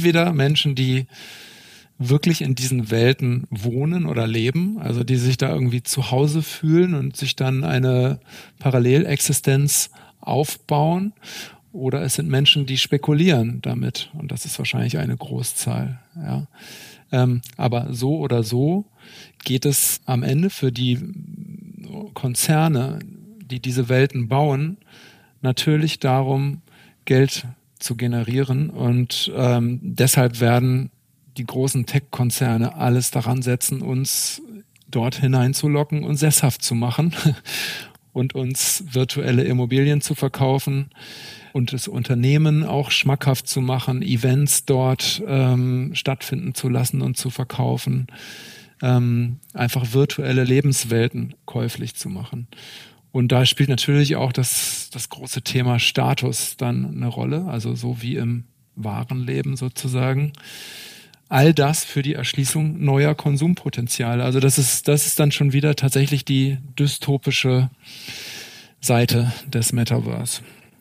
wirklich in diesen Welten wohnen oder leben, also die sich da irgendwie zu Hause fühlen und sich dann eine Parallelexistenz aufbauen, oder es sind Menschen, die spekulieren damit, und das ist wahrscheinlich eine Großzahl. Ja. Aber so oder so geht es am Ende für die Konzerne, die diese Welten bauen, natürlich darum, Geld zu generieren, und deshalb werden die großen Tech-Konzerne alles daran setzen, uns dort hineinzulocken und sesshaft zu machen und uns virtuelle Immobilien zu verkaufen und das Unternehmen auch schmackhaft zu machen, Events dort stattfinden zu lassen und zu verkaufen, einfach virtuelle Lebenswelten käuflich zu machen. Und da spielt natürlich auch das große Thema Status dann eine Rolle, also so wie im wahren Leben sozusagen. All das für die Erschließung neuer Konsumpotenziale. Also das ist dann schon wieder tatsächlich die dystopische Seite des Metaverse.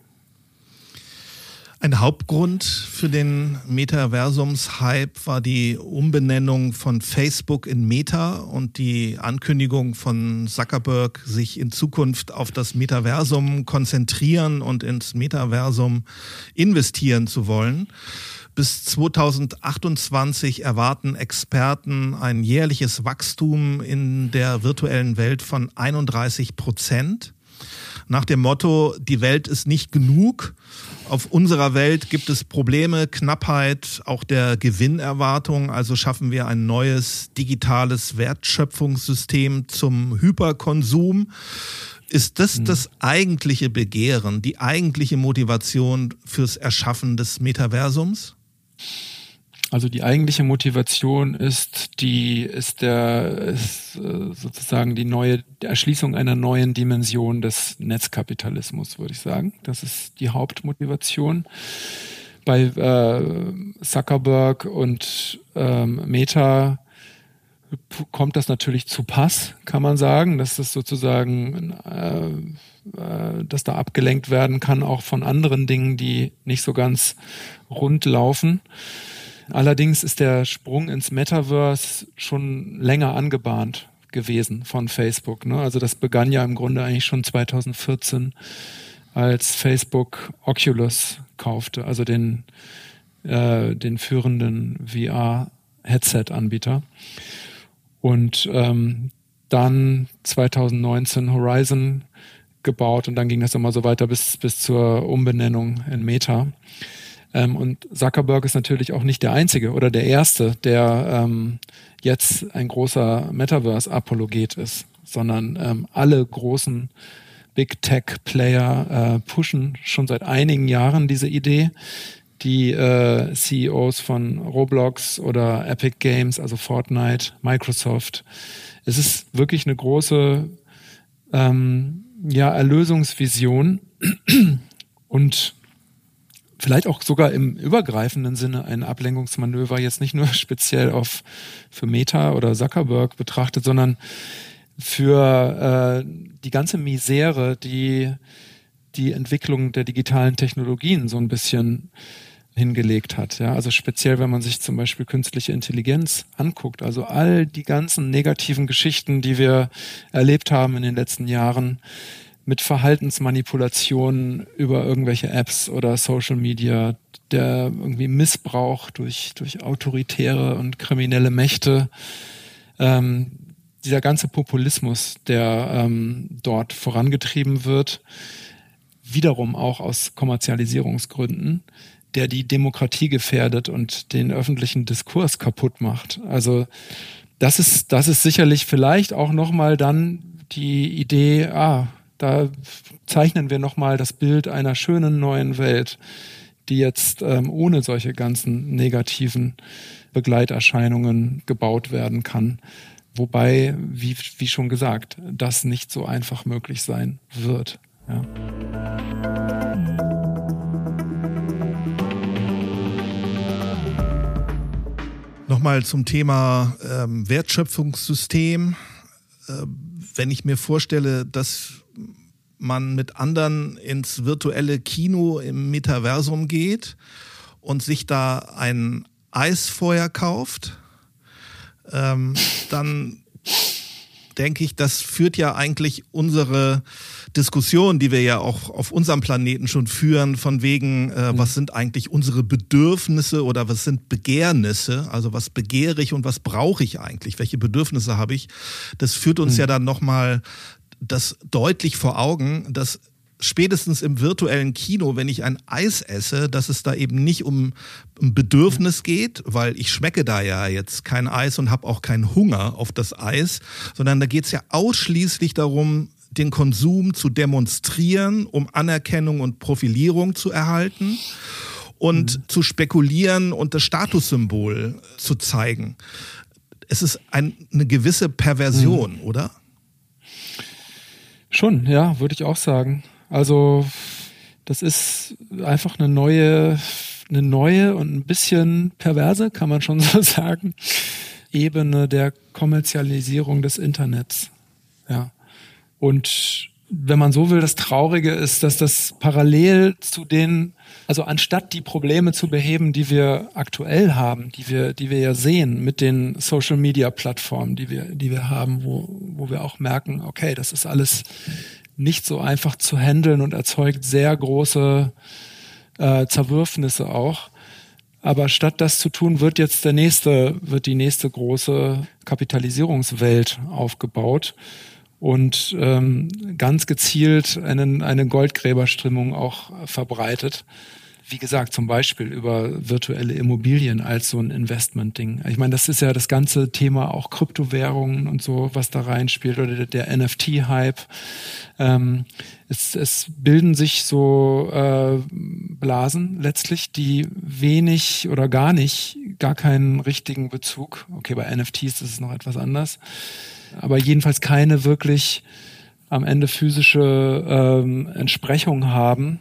Ein Hauptgrund für den Metaversums-Hype war die Umbenennung von Facebook in Meta und die Ankündigung von Zuckerberg, sich in Zukunft auf das Metaversum konzentrieren und ins Metaversum investieren zu wollen. Bis 2028 erwarten Experten ein jährliches Wachstum in der virtuellen Welt von 31%. Nach dem Motto, die Welt ist nicht genug. Auf unserer Welt gibt es Probleme, Knappheit, auch der Gewinnerwartung. Also schaffen wir ein neues digitales Wertschöpfungssystem zum Hyperkonsum. Ist das eigentliche Begehren, die eigentliche Motivation fürs Erschaffen des Metaversums? Also die eigentliche Motivation ist sozusagen die Erschließung einer neuen Dimension des Netzkapitalismus, würde ich sagen. Das ist die Hauptmotivation. Bei Zuckerberg und Meta kommt das natürlich zu Pass, kann man sagen. Das ist sozusagen, dass da abgelenkt werden kann, auch von anderen Dingen, die nicht so ganz rund laufen. Allerdings ist der Sprung ins Metaverse schon länger angebahnt gewesen von Facebook, ne? Also das begann ja im Grunde eigentlich schon 2014, als Facebook Oculus kaufte, also den führenden VR-Headset-Anbieter. Und dann 2019 Horizon gebaut, und dann ging das immer so weiter bis zur Umbenennung in Meta. Und Zuckerberg ist natürlich auch nicht der Einzige oder der Erste, der jetzt ein großer Metaverse-Apologet ist, sondern alle großen Big Tech-Player pushen schon seit einigen Jahren diese Idee. Die CEOs von Roblox oder Epic Games, also Fortnite, Microsoft. Es ist wirklich eine große Erlösungsvision und vielleicht auch sogar im übergreifenden Sinne ein Ablenkungsmanöver, jetzt nicht nur speziell für Meta oder Zuckerberg betrachtet, sondern für die ganze Misere, die Entwicklung der digitalen Technologien so ein bisschen hingelegt hat. Ja, also speziell, wenn man sich zum Beispiel künstliche Intelligenz anguckt, also all die ganzen negativen Geschichten, die wir erlebt haben in den letzten Jahren, mit Verhaltensmanipulationen über irgendwelche Apps oder Social Media, der irgendwie Missbrauch durch autoritäre und kriminelle Mächte, dieser ganze Populismus, der dort vorangetrieben wird, wiederum auch aus Kommerzialisierungsgründen, der die Demokratie gefährdet und den öffentlichen Diskurs kaputt macht. Also das ist sicherlich vielleicht auch nochmal dann die Idee, da zeichnen wir nochmal das Bild einer schönen neuen Welt, die jetzt ohne solche ganzen negativen Begleiterscheinungen gebaut werden kann. Wobei, wie schon gesagt, das nicht so einfach möglich sein wird. Ja. Nochmal zum Thema Wertschöpfungssystem. Wenn ich mir vorstelle, dass man mit anderen ins virtuelle Kino im Metaversum geht und sich da ein Eisfeuer kauft, dann denke ich, das führt ja eigentlich unsere Diskussion, die wir ja auch auf unserem Planeten schon führen, von wegen, was sind eigentlich unsere Bedürfnisse oder was sind Begehrnisse, also was begehre ich und was brauche ich eigentlich, welche Bedürfnisse habe ich, das führt uns ja dann nochmal das deutlich vor Augen, dass spätestens im virtuellen Kino, wenn ich ein Eis esse, dass es da eben nicht um ein Bedürfnis geht, weil ich schmecke da ja jetzt kein Eis und habe auch keinen Hunger auf das Eis, sondern da geht es ja ausschließlich darum, den Konsum zu demonstrieren, um Anerkennung und Profilierung zu erhalten und zu spekulieren und das Statussymbol zu zeigen. Es ist eine gewisse Perversion, oder? Schon, ja, würde ich auch sagen. Also das ist einfach eine neue und ein bisschen perverse, kann man schon so sagen, Ebene der Kommerzialisierung des Internets. Ja. Und wenn man so will, das Traurige ist, dass das parallel zu also anstatt die Probleme zu beheben, die wir aktuell haben, die wir ja sehen mit den Social-Media-Plattformen, die wir haben, wo wir auch merken, okay, das ist alles nicht so einfach zu handeln und erzeugt sehr große Zerwürfnisse auch. Aber statt das zu tun, wird die nächste große Kapitalisierungswelt aufgebaut und ganz gezielt eine Goldgräberstimmung auch verbreitet. Wie gesagt, zum Beispiel über virtuelle Immobilien als so ein Investment-Ding. Ich meine, das ist ja das ganze Thema auch Kryptowährungen und so, was da reinspielt, oder der NFT-Hype. Es bilden sich so Blasen letztlich, die wenig oder gar keinen richtigen Bezug. Okay, bei NFTs ist es noch etwas anders. Aber jedenfalls keine wirklich am Ende physische Entsprechung haben.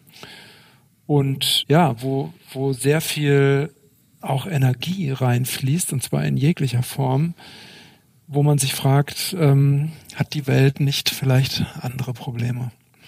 Und ja, wo sehr viel auch Energie reinfließt, und zwar in jeglicher Form, wo man sich fragt, hat die Welt nicht vielleicht andere Probleme?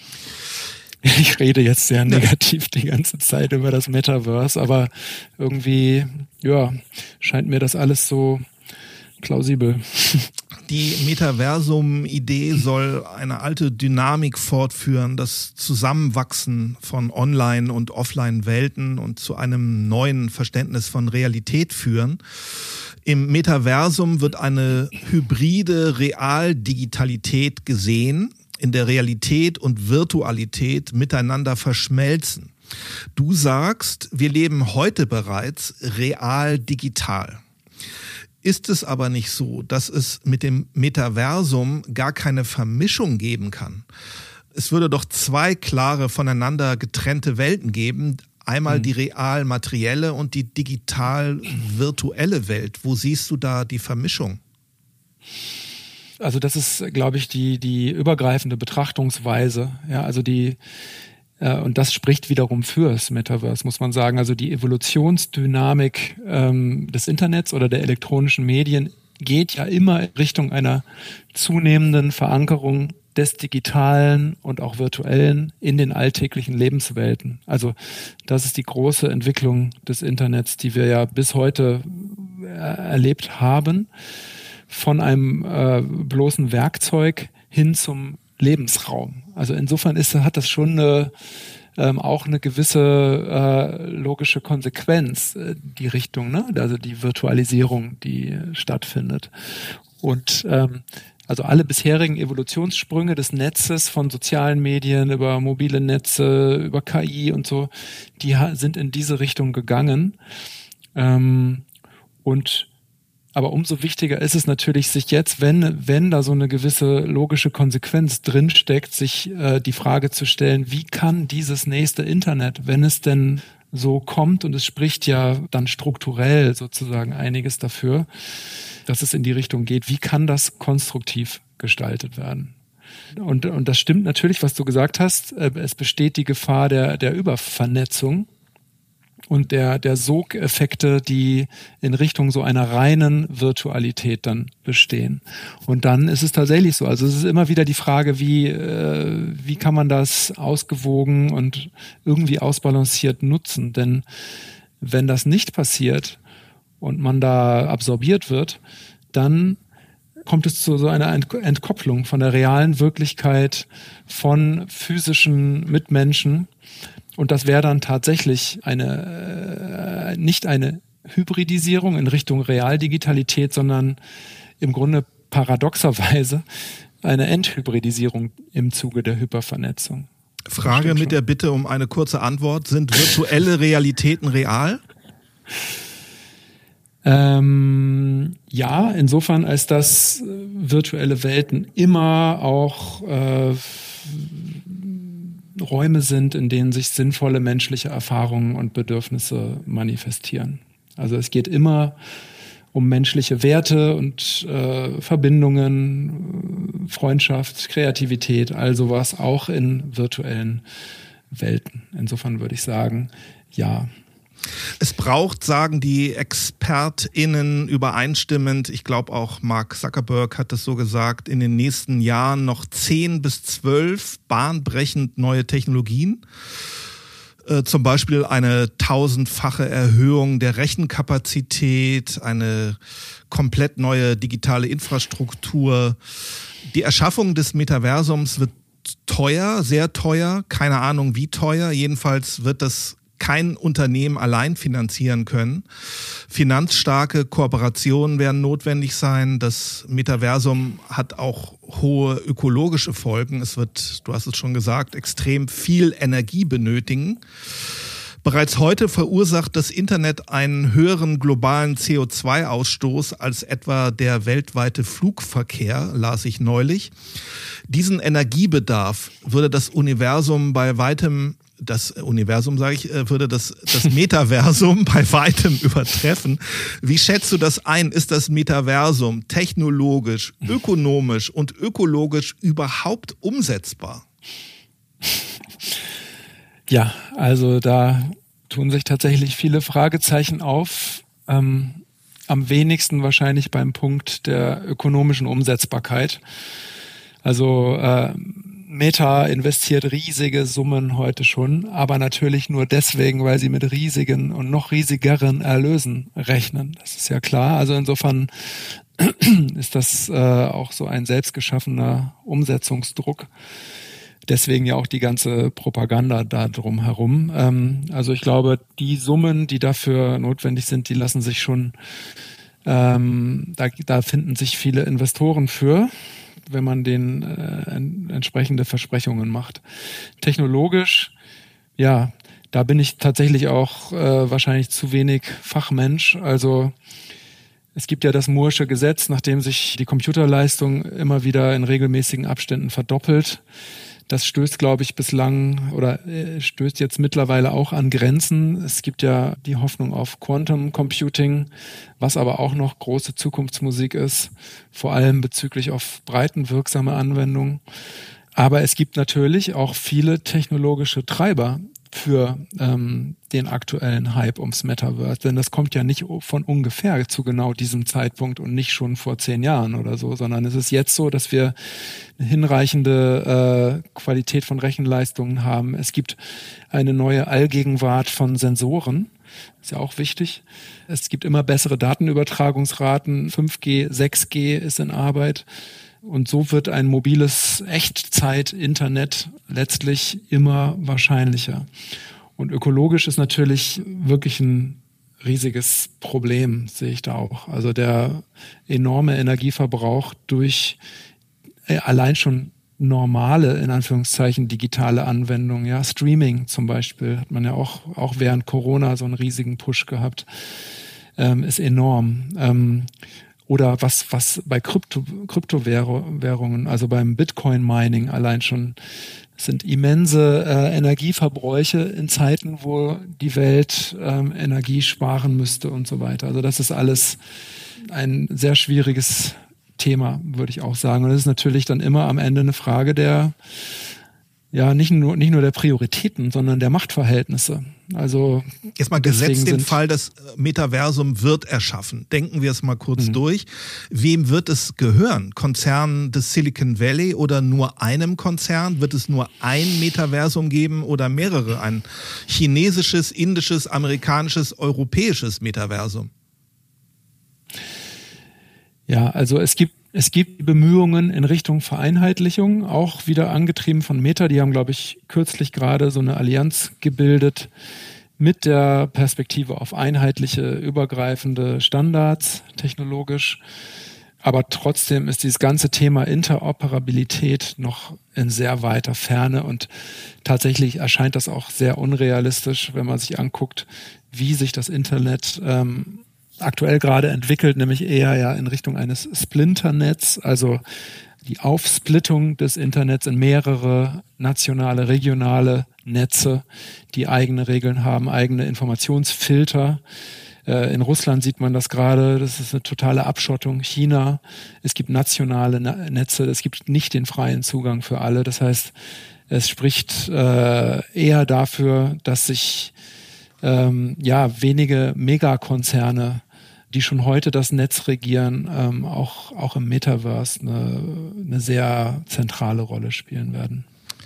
Ich rede jetzt sehr negativ die ganze Zeit über das Metaverse, aber irgendwie, ja, scheint mir das alles so plausibel. Die Metaversum-Idee soll eine alte Dynamik fortführen, das Zusammenwachsen von Online- und Offline-Welten und zu einem neuen Verständnis von Realität führen. Im Metaversum wird eine hybride Realdigitalität gesehen, in der Realität und Virtualität miteinander verschmelzen. Du sagst, wir leben heute bereits real digital. Ist es aber nicht so, dass es mit dem Metaversum gar keine Vermischung geben kann? Es würde doch zwei klare voneinander getrennte Welten geben. Einmal die real-materielle und die digital-virtuelle Welt. Wo siehst du da die Vermischung? Also das ist, glaube ich, die übergreifende Betrachtungsweise. Ja, also und das spricht wiederum fürs Metaverse, muss man sagen. Also die Evolutionsdynamik des Internets oder der elektronischen Medien geht ja immer in Richtung einer zunehmenden Verankerung des Digitalen und auch Virtuellen in den alltäglichen Lebenswelten. Also das ist die große Entwicklung des Internets, die wir ja bis heute erlebt haben, von einem bloßen Werkzeug hin zum Lebensraum. Also insofern hat das schon auch eine gewisse logische Konsequenz, die Richtung, ne? Also die Virtualisierung, die stattfindet. Und Also alle bisherigen Evolutionssprünge des Netzes von sozialen Medien über mobile Netze, über KI und so, die sind in diese Richtung gegangen. Aber umso wichtiger ist es natürlich, sich jetzt, wenn da so eine gewisse logische Konsequenz drinsteckt, sich die Frage zu stellen, wie kann dieses nächste Internet, wenn es denn so kommt, und es spricht ja dann strukturell sozusagen einiges dafür, dass es in die Richtung geht, wie kann das konstruktiv gestaltet werden? Und das stimmt natürlich, was du gesagt hast, es besteht die Gefahr der Übervernetzung und der Sogeffekte, die in Richtung so einer reinen Virtualität dann bestehen. Und dann ist es tatsächlich so, also es ist immer wieder die Frage, wie kann man das ausgewogen und irgendwie ausbalanciert nutzen? Denn wenn das nicht passiert und man da absorbiert wird, dann kommt es zu so einer Entkopplung von der realen Wirklichkeit, von physischen Mitmenschen. Und das wäre dann tatsächlich nicht eine Hybridisierung in Richtung Realdigitalität, sondern im Grunde paradoxerweise eine Enthybridisierung im Zuge der Hypervernetzung. Frage mit der Bitte um eine kurze Antwort. Sind virtuelle Realitäten real? Ja, insofern als dass virtuelle Welten immer auch Räume sind, in denen sich sinnvolle menschliche Erfahrungen und Bedürfnisse manifestieren. Also es geht immer um menschliche Werte und Verbindungen, Freundschaft, Kreativität, all sowas auch in virtuellen Welten. Insofern würde ich sagen, ja. Es braucht, sagen die ExpertInnen übereinstimmend, ich glaube auch Mark Zuckerberg hat es so gesagt, in den nächsten Jahren noch 10 bis 12 bahnbrechend neue Technologien. Zum Beispiel eine 1000-fache Erhöhung der Rechenkapazität, eine komplett neue digitale Infrastruktur. Die Erschaffung des Metaversums wird teuer, sehr teuer, keine Ahnung wie teuer. Jedenfalls wird das kein Unternehmen allein finanzieren können. Finanzstarke Kooperationen werden notwendig sein. Das Metaversum hat auch hohe ökologische Folgen. Es wird, du hast es schon gesagt, extrem viel Energie benötigen. Bereits heute verursacht das Internet einen höheren globalen CO2-Ausstoß als etwa der weltweite Flugverkehr, las ich neulich. Diesen Energiebedarf würde das Metaversum bei weitem übertreffen. Wie schätzt du das ein? Ist das Metaversum technologisch, ökonomisch und ökologisch überhaupt umsetzbar? Ja, also da tun sich tatsächlich viele Fragezeichen auf. Am wenigsten wahrscheinlich beim Punkt der ökonomischen Umsetzbarkeit. Also Meta investiert riesige Summen heute schon, aber natürlich nur deswegen, weil sie mit riesigen und noch riesigeren Erlösen rechnen. Das ist ja klar. Also insofern ist das auch so ein selbstgeschaffener Umsetzungsdruck. Deswegen ja auch die ganze Propaganda da drum herum. Also ich glaube, die Summen, die dafür notwendig sind, die lassen sich schon, da finden sich viele Investoren für, wenn man denen entsprechende Versprechungen macht. Technologisch, ja, da bin ich tatsächlich auch wahrscheinlich zu wenig Fachmensch. Also es gibt ja das Moore'sche Gesetz, nachdem sich die Computerleistung immer wieder in regelmäßigen Abständen verdoppelt. Das stößt, glaube ich, bislang oder stößt jetzt mittlerweile auch an Grenzen. Es gibt ja die Hoffnung auf Quantum Computing, was aber auch noch große Zukunftsmusik ist, vor allem bezüglich auf breitenwirksame Anwendungen. Aber es gibt natürlich auch viele technologische Treiber für den aktuellen Hype ums Metaverse. Denn das kommt ja nicht von ungefähr zu genau diesem Zeitpunkt und nicht schon vor 10 Jahren oder so, sondern es ist jetzt so, dass wir eine hinreichende Qualität von Rechenleistungen haben. Es gibt eine neue Allgegenwart von Sensoren. Ist ja auch wichtig. Es gibt immer bessere Datenübertragungsraten. 5G, 6G ist in Arbeit. Und so wird ein mobiles Echtzeit-Internet letztlich immer wahrscheinlicher. Und ökologisch ist natürlich wirklich ein riesiges Problem, sehe ich da auch. Also der enorme Energieverbrauch durch allein schon normale, in Anführungszeichen, digitale Anwendungen, ja, Streaming zum Beispiel, hat man ja auch während Corona so einen riesigen Push gehabt, ist enorm. Oder was bei Kryptowährungen, also beim Bitcoin-Mining allein schon, sind immense Energieverbräuche in Zeiten, wo die Welt Energie sparen müsste und so weiter. Also das ist alles ein sehr schwieriges Thema, würde ich auch sagen. Und es ist natürlich dann immer am Ende eine Frage der, ja, nicht nur der Prioritäten, sondern der Machtverhältnisse. Also jetzt mal gesetzt den Fall, das Metaversum wird erschaffen. Denken wir es mal kurz durch. Wem wird es gehören? Konzernen des Silicon Valley oder nur einem Konzern? Wird es nur ein Metaversum geben oder mehrere? Ein chinesisches, indisches, amerikanisches, europäisches Metaversum? Ja, also es gibt Bemühungen in Richtung Vereinheitlichung, auch wieder angetrieben von Meta. Die haben, glaube ich, kürzlich gerade so eine Allianz gebildet mit der Perspektive auf einheitliche, übergreifende Standards technologisch. Aber trotzdem ist dieses ganze Thema Interoperabilität noch in sehr weiter Ferne und tatsächlich erscheint das auch sehr unrealistisch, wenn man sich anguckt, wie sich das Internet aktuell gerade entwickelt, nämlich eher ja in Richtung eines Splinternets, also die Aufsplittung des Internets in mehrere nationale, regionale Netze, die eigene Regeln haben, eigene Informationsfilter. In Russland sieht man das gerade, das ist eine totale Abschottung. China, es gibt nationale Netze, es gibt nicht den freien Zugang für alle. Das heißt, es spricht eher dafür, dass sich wenige Megakonzerne, die schon heute das Netz regieren, auch im Metaverse eine sehr zentrale Rolle spielen werden.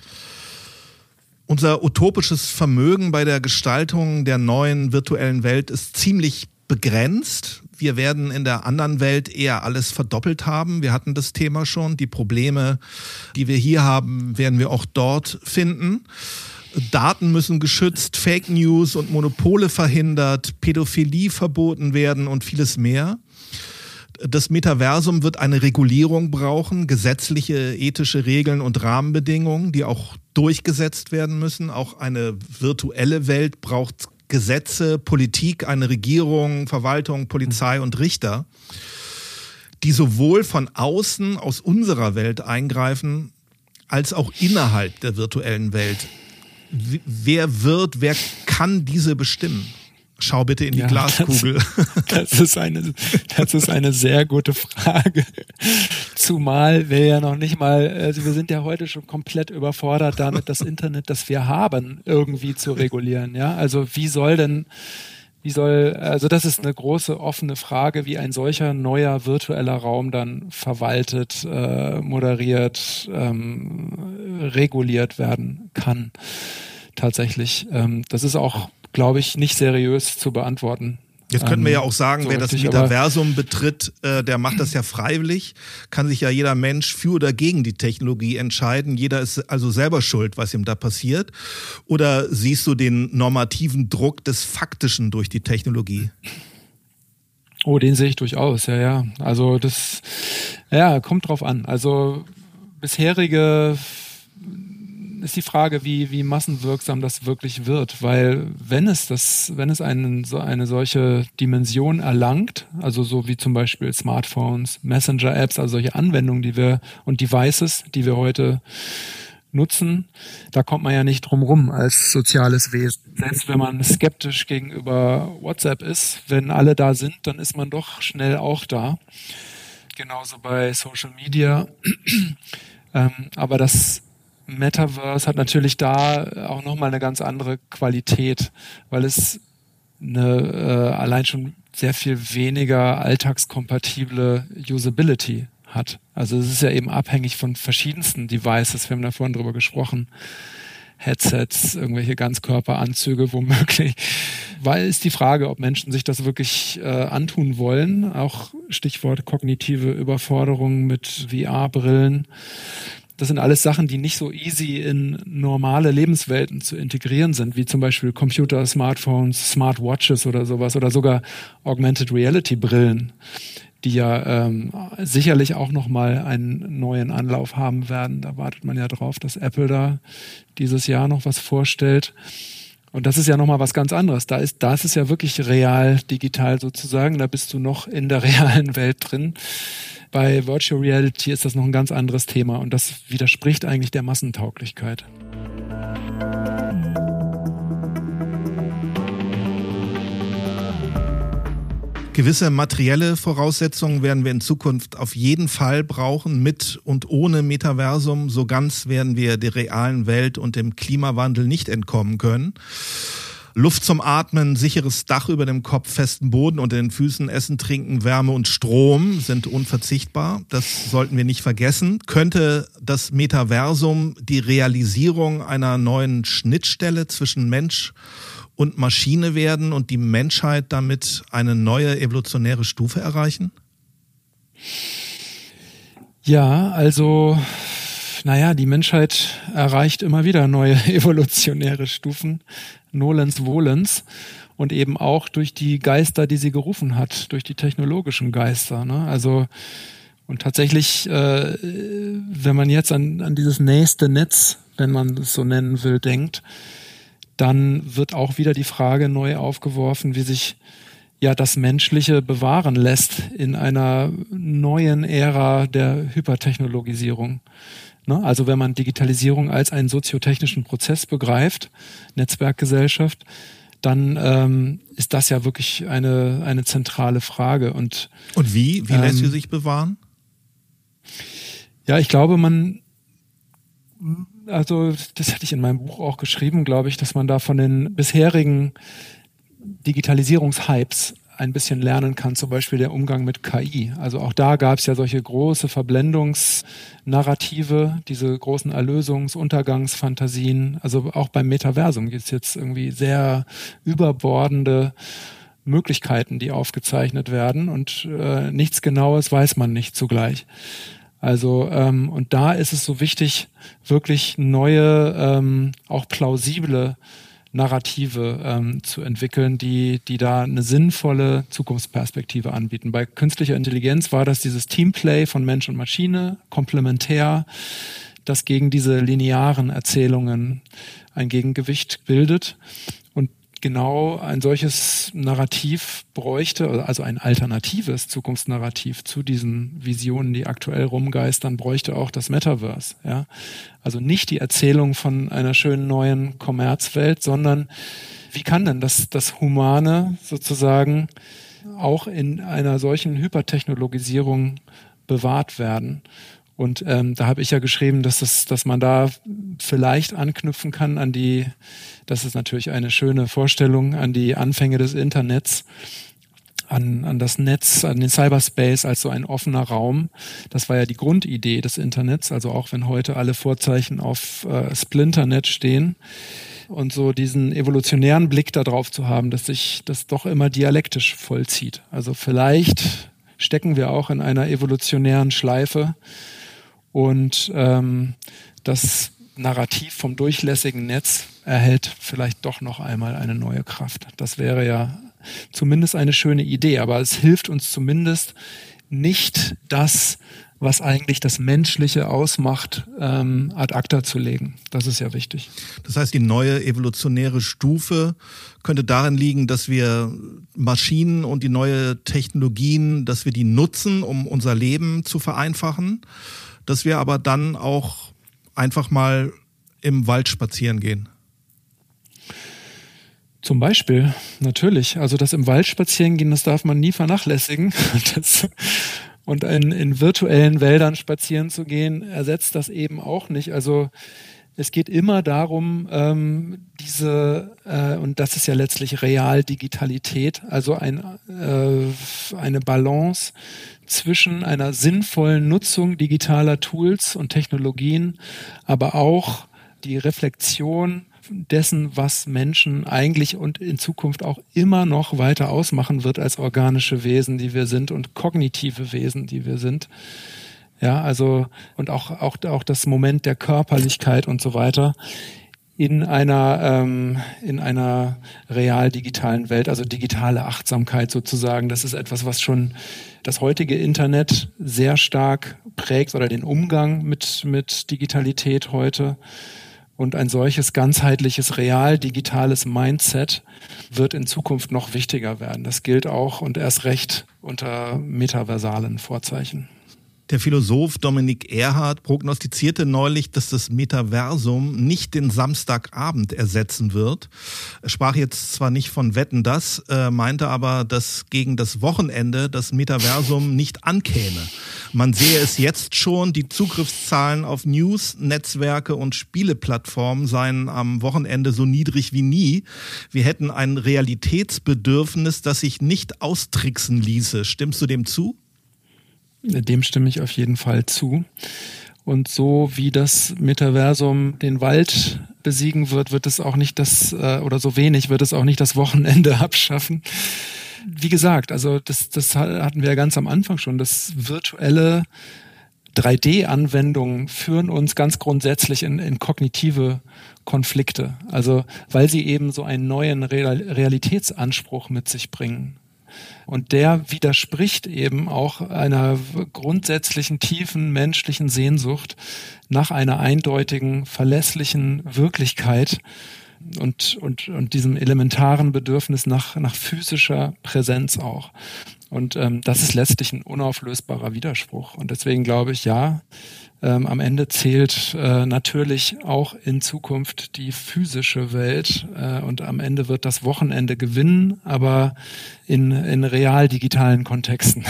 Unser utopisches Vermögen bei der Gestaltung der neuen virtuellen Welt ist ziemlich begrenzt. Wir werden in der anderen Welt eher alles verdoppelt haben. Wir hatten das Thema schon. Die Probleme, die wir hier haben, werden wir auch dort finden. Daten müssen geschützt, Fake News und Monopole verhindert, Pädophilie verboten werden und vieles mehr. Das Metaversum wird eine Regulierung brauchen, gesetzliche, ethische Regeln und Rahmenbedingungen, die auch durchgesetzt werden müssen. Auch eine virtuelle Welt braucht Gesetze, Politik, eine Regierung, Verwaltung, Polizei und Richter, die sowohl von außen aus unserer Welt eingreifen, als auch innerhalb der virtuellen Welt. Wer kann diese bestimmen? Schau bitte in die Glaskugel. Das ist eine sehr gute Frage. Zumal wir ja noch nicht mal, also wir sind ja heute schon komplett überfordert damit, das Internet, das wir haben, irgendwie zu regulieren. Ja, also also das ist eine große offene Frage, wie ein solcher neuer virtueller Raum dann verwaltet, moderiert, reguliert werden kann. Tatsächlich. Das ist auch, glaube ich, nicht seriös zu beantworten. Jetzt könnten wir ja auch sagen, so wer das Metaversum betritt, der macht das ja freiwillig, kann sich ja jeder Mensch für oder gegen die Technologie entscheiden. Jeder ist also selber schuld, was ihm da passiert. Oder siehst du den normativen Druck des Faktischen durch die Technologie? Oh, den sehe ich durchaus, ja. Also das, kommt drauf an. Also bisherige ist die Frage, wie massenwirksam das wirklich wird, weil wenn es eine solche Dimension erlangt, also so wie zum Beispiel Smartphones, Messenger-Apps, also solche Anwendungen, und Devices, die wir heute nutzen, da kommt man ja nicht drum rum als soziales Wesen. Selbst wenn man skeptisch gegenüber WhatsApp ist, wenn alle da sind, dann ist man doch schnell auch da. Genauso bei Social Media. Aber das Metaverse hat natürlich da auch nochmal eine ganz andere Qualität, weil es allein schon sehr viel weniger alltagskompatible Usability hat. Also es ist ja eben abhängig von verschiedensten Devices, wir haben da vorhin drüber gesprochen, Headsets, irgendwelche Ganzkörperanzüge womöglich, weil ist die Frage, ob Menschen sich das wirklich antun wollen, auch Stichwort kognitive Überforderung mit VR-Brillen. Das sind alles Sachen, die nicht so easy in normale Lebenswelten zu integrieren sind, wie zum Beispiel Computer, Smartphones, Smartwatches oder sowas oder sogar Augmented Reality Brillen. die ja sicherlich auch nochmal einen neuen Anlauf haben werden. Da wartet man ja drauf, dass Apple da dieses Jahr noch was vorstellt. Und das ist ja nochmal was ganz anderes. Da ist es ja wirklich real digital sozusagen. Da bist du noch in der realen Welt drin. Bei Virtual Reality ist das noch ein ganz anderes Thema und das widerspricht eigentlich der Massentauglichkeit. Gewisse materielle Voraussetzungen werden wir in Zukunft auf jeden Fall brauchen, mit und ohne Metaversum. So ganz werden wir der realen Welt und dem Klimawandel nicht entkommen können. Luft zum Atmen, sicheres Dach über dem Kopf, festen Boden unter den Füßen, Essen, Trinken, Wärme und Strom sind unverzichtbar. Das sollten wir nicht vergessen. Könnte das Metaversum die Realisierung einer neuen Schnittstelle zwischen Mensch und Maschine werden und die Menschheit damit eine neue evolutionäre Stufe erreichen? Ja, also, die Menschheit erreicht immer wieder neue evolutionäre Stufen, nolens volens, und eben auch durch die Geister, die sie gerufen hat, durch die technologischen Geister, ne? Also, und tatsächlich, wenn man jetzt an dieses nächste Netz, wenn man es so nennen will, denkt, dann wird auch wieder die Frage neu aufgeworfen, wie sich ja das Menschliche bewahren lässt in einer neuen Ära der Hypertechnologisierung. Ne? Also wenn man Digitalisierung als einen soziotechnischen Prozess begreift, Netzwerkgesellschaft, dann ist das ja wirklich eine zentrale Frage. Und wie lässt sie sich bewahren? Ja, ich glaube, also das hatte ich in meinem Buch auch geschrieben, glaube ich, dass man da von den bisherigen Digitalisierungshypes ein bisschen lernen kann, zum Beispiel der Umgang mit KI. Also auch da gab es ja solche große Verblendungsnarrative, diese großen Erlösungs-Untergangsfantasien. Also auch beim Metaversum gibt es jetzt irgendwie sehr überbordende Möglichkeiten, die aufgezeichnet werden und nichts Genaues weiß man nicht zugleich. Also und da ist es so wichtig, wirklich neue, auch plausible Narrative zu entwickeln, die da eine sinnvolle Zukunftsperspektive anbieten. Bei künstlicher Intelligenz war das dieses Teamplay von Mensch und Maschine, komplementär, das gegen diese linearen Erzählungen ein Gegengewicht bildet. Und genau ein solches Narrativ bräuchte, also ein alternatives Zukunftsnarrativ zu diesen Visionen, die aktuell rumgeistern, bräuchte auch das Metaverse. Ja? Also nicht die Erzählung von einer schönen neuen Kommerzwelt, sondern wie kann denn das Humane sozusagen auch in einer solchen Hypertechnologisierung bewahrt werden? Und da habe ich ja geschrieben, dass man da vielleicht anknüpfen kann an das ist natürlich eine schöne Vorstellung, an die Anfänge des Internets, an das Netz, an den Cyberspace als so ein offener Raum. Das war ja die Grundidee des Internets, also auch wenn heute alle Vorzeichen auf Splinternet stehen. Und so diesen evolutionären Blick darauf zu haben, dass sich das doch immer dialektisch vollzieht. Also vielleicht stecken wir auch in einer evolutionären Schleife und das Narrativ vom durchlässigen Netz erhält vielleicht doch noch einmal eine neue Kraft. Das wäre ja zumindest eine schöne Idee, aber es hilft uns zumindest nicht, das, was eigentlich das Menschliche ausmacht, ad acta zu legen. Das ist ja wichtig. Das heißt, die neue evolutionäre Stufe könnte darin liegen, dass wir Maschinen und die neue Technologien, dass wir die nutzen, um unser Leben zu vereinfachen, dass wir aber dann auch einfach mal im Wald spazieren gehen. Zum Beispiel, natürlich. Also das im Wald spazieren gehen, das darf man nie vernachlässigen. Und in virtuellen Wäldern spazieren zu gehen, ersetzt das eben auch nicht. Also es geht immer darum, und das ist ja letztlich Realdigitalität, also eine Balance zwischen einer sinnvollen Nutzung digitaler Tools und Technologien, aber auch die Reflexion dessen, was Menschen eigentlich und in Zukunft auch immer noch weiter ausmachen wird als organische Wesen, die wir sind, und kognitive Wesen, die wir sind. Ja, also und auch das Moment der Körperlichkeit und so weiter. in einer real-digitalen Welt, also digitale Achtsamkeit sozusagen. Das ist etwas, was schon das heutige Internet sehr stark prägt oder den Umgang mit Digitalität heute. Und ein solches ganzheitliches, real-digitales Mindset wird in Zukunft noch wichtiger werden. Das gilt auch und erst recht unter metaversalen Vorzeichen. Der Philosoph Dominik Erhard prognostizierte neulich, dass das Metaversum nicht den Samstagabend ersetzen wird. Er sprach jetzt zwar nicht von Wetten, das, meinte aber, dass gegen das Wochenende das Metaversum nicht ankäme. Man sehe es jetzt schon, die Zugriffszahlen auf News, Netzwerke und Spieleplattformen seien am Wochenende so niedrig wie nie. Wir hätten ein Realitätsbedürfnis, das sich nicht austricksen ließe. Stimmst du dem zu? Dem stimme ich auf jeden Fall zu. Und so wie das Metaversum den Wald besiegen wird, wird es auch nicht oder so wenig wird es auch nicht das Wochenende abschaffen. Wie gesagt, also das hatten wir ja ganz am Anfang schon, das virtuelle 3D-Anwendungen führen uns ganz grundsätzlich in kognitive Konflikte. Also weil sie eben so einen neuen Realitätsanspruch mit sich bringen. Und der widerspricht eben auch einer grundsätzlichen, tiefen menschlichen Sehnsucht nach einer eindeutigen, verlässlichen Wirklichkeit und diesem elementaren Bedürfnis nach physischer Präsenz auch. Und das ist letztlich ein unauflösbarer Widerspruch. Und deswegen glaube ich, ja, am Ende zählt natürlich auch in Zukunft die physische Welt und am Ende wird das Wochenende gewinnen, aber in real-digitalen Kontexten.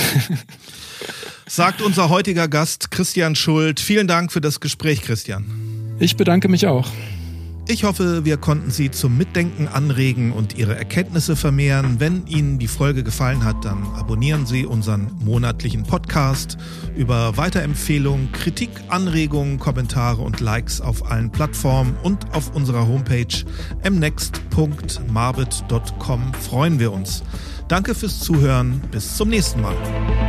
Sagt unser heutiger Gast Christian Schuld. Vielen Dank für das Gespräch, Christian. Ich bedanke mich auch. Ich hoffe, wir konnten Sie zum Mitdenken anregen und Ihre Erkenntnisse vermehren. Wenn Ihnen die Folge gefallen hat, dann abonnieren Sie unseren monatlichen Podcast. Über Weiterempfehlungen, Kritik, Anregungen, Kommentare und Likes auf allen Plattformen und auf unserer Homepage mnext.marbit.com freuen wir uns. Danke fürs Zuhören. Bis zum nächsten Mal.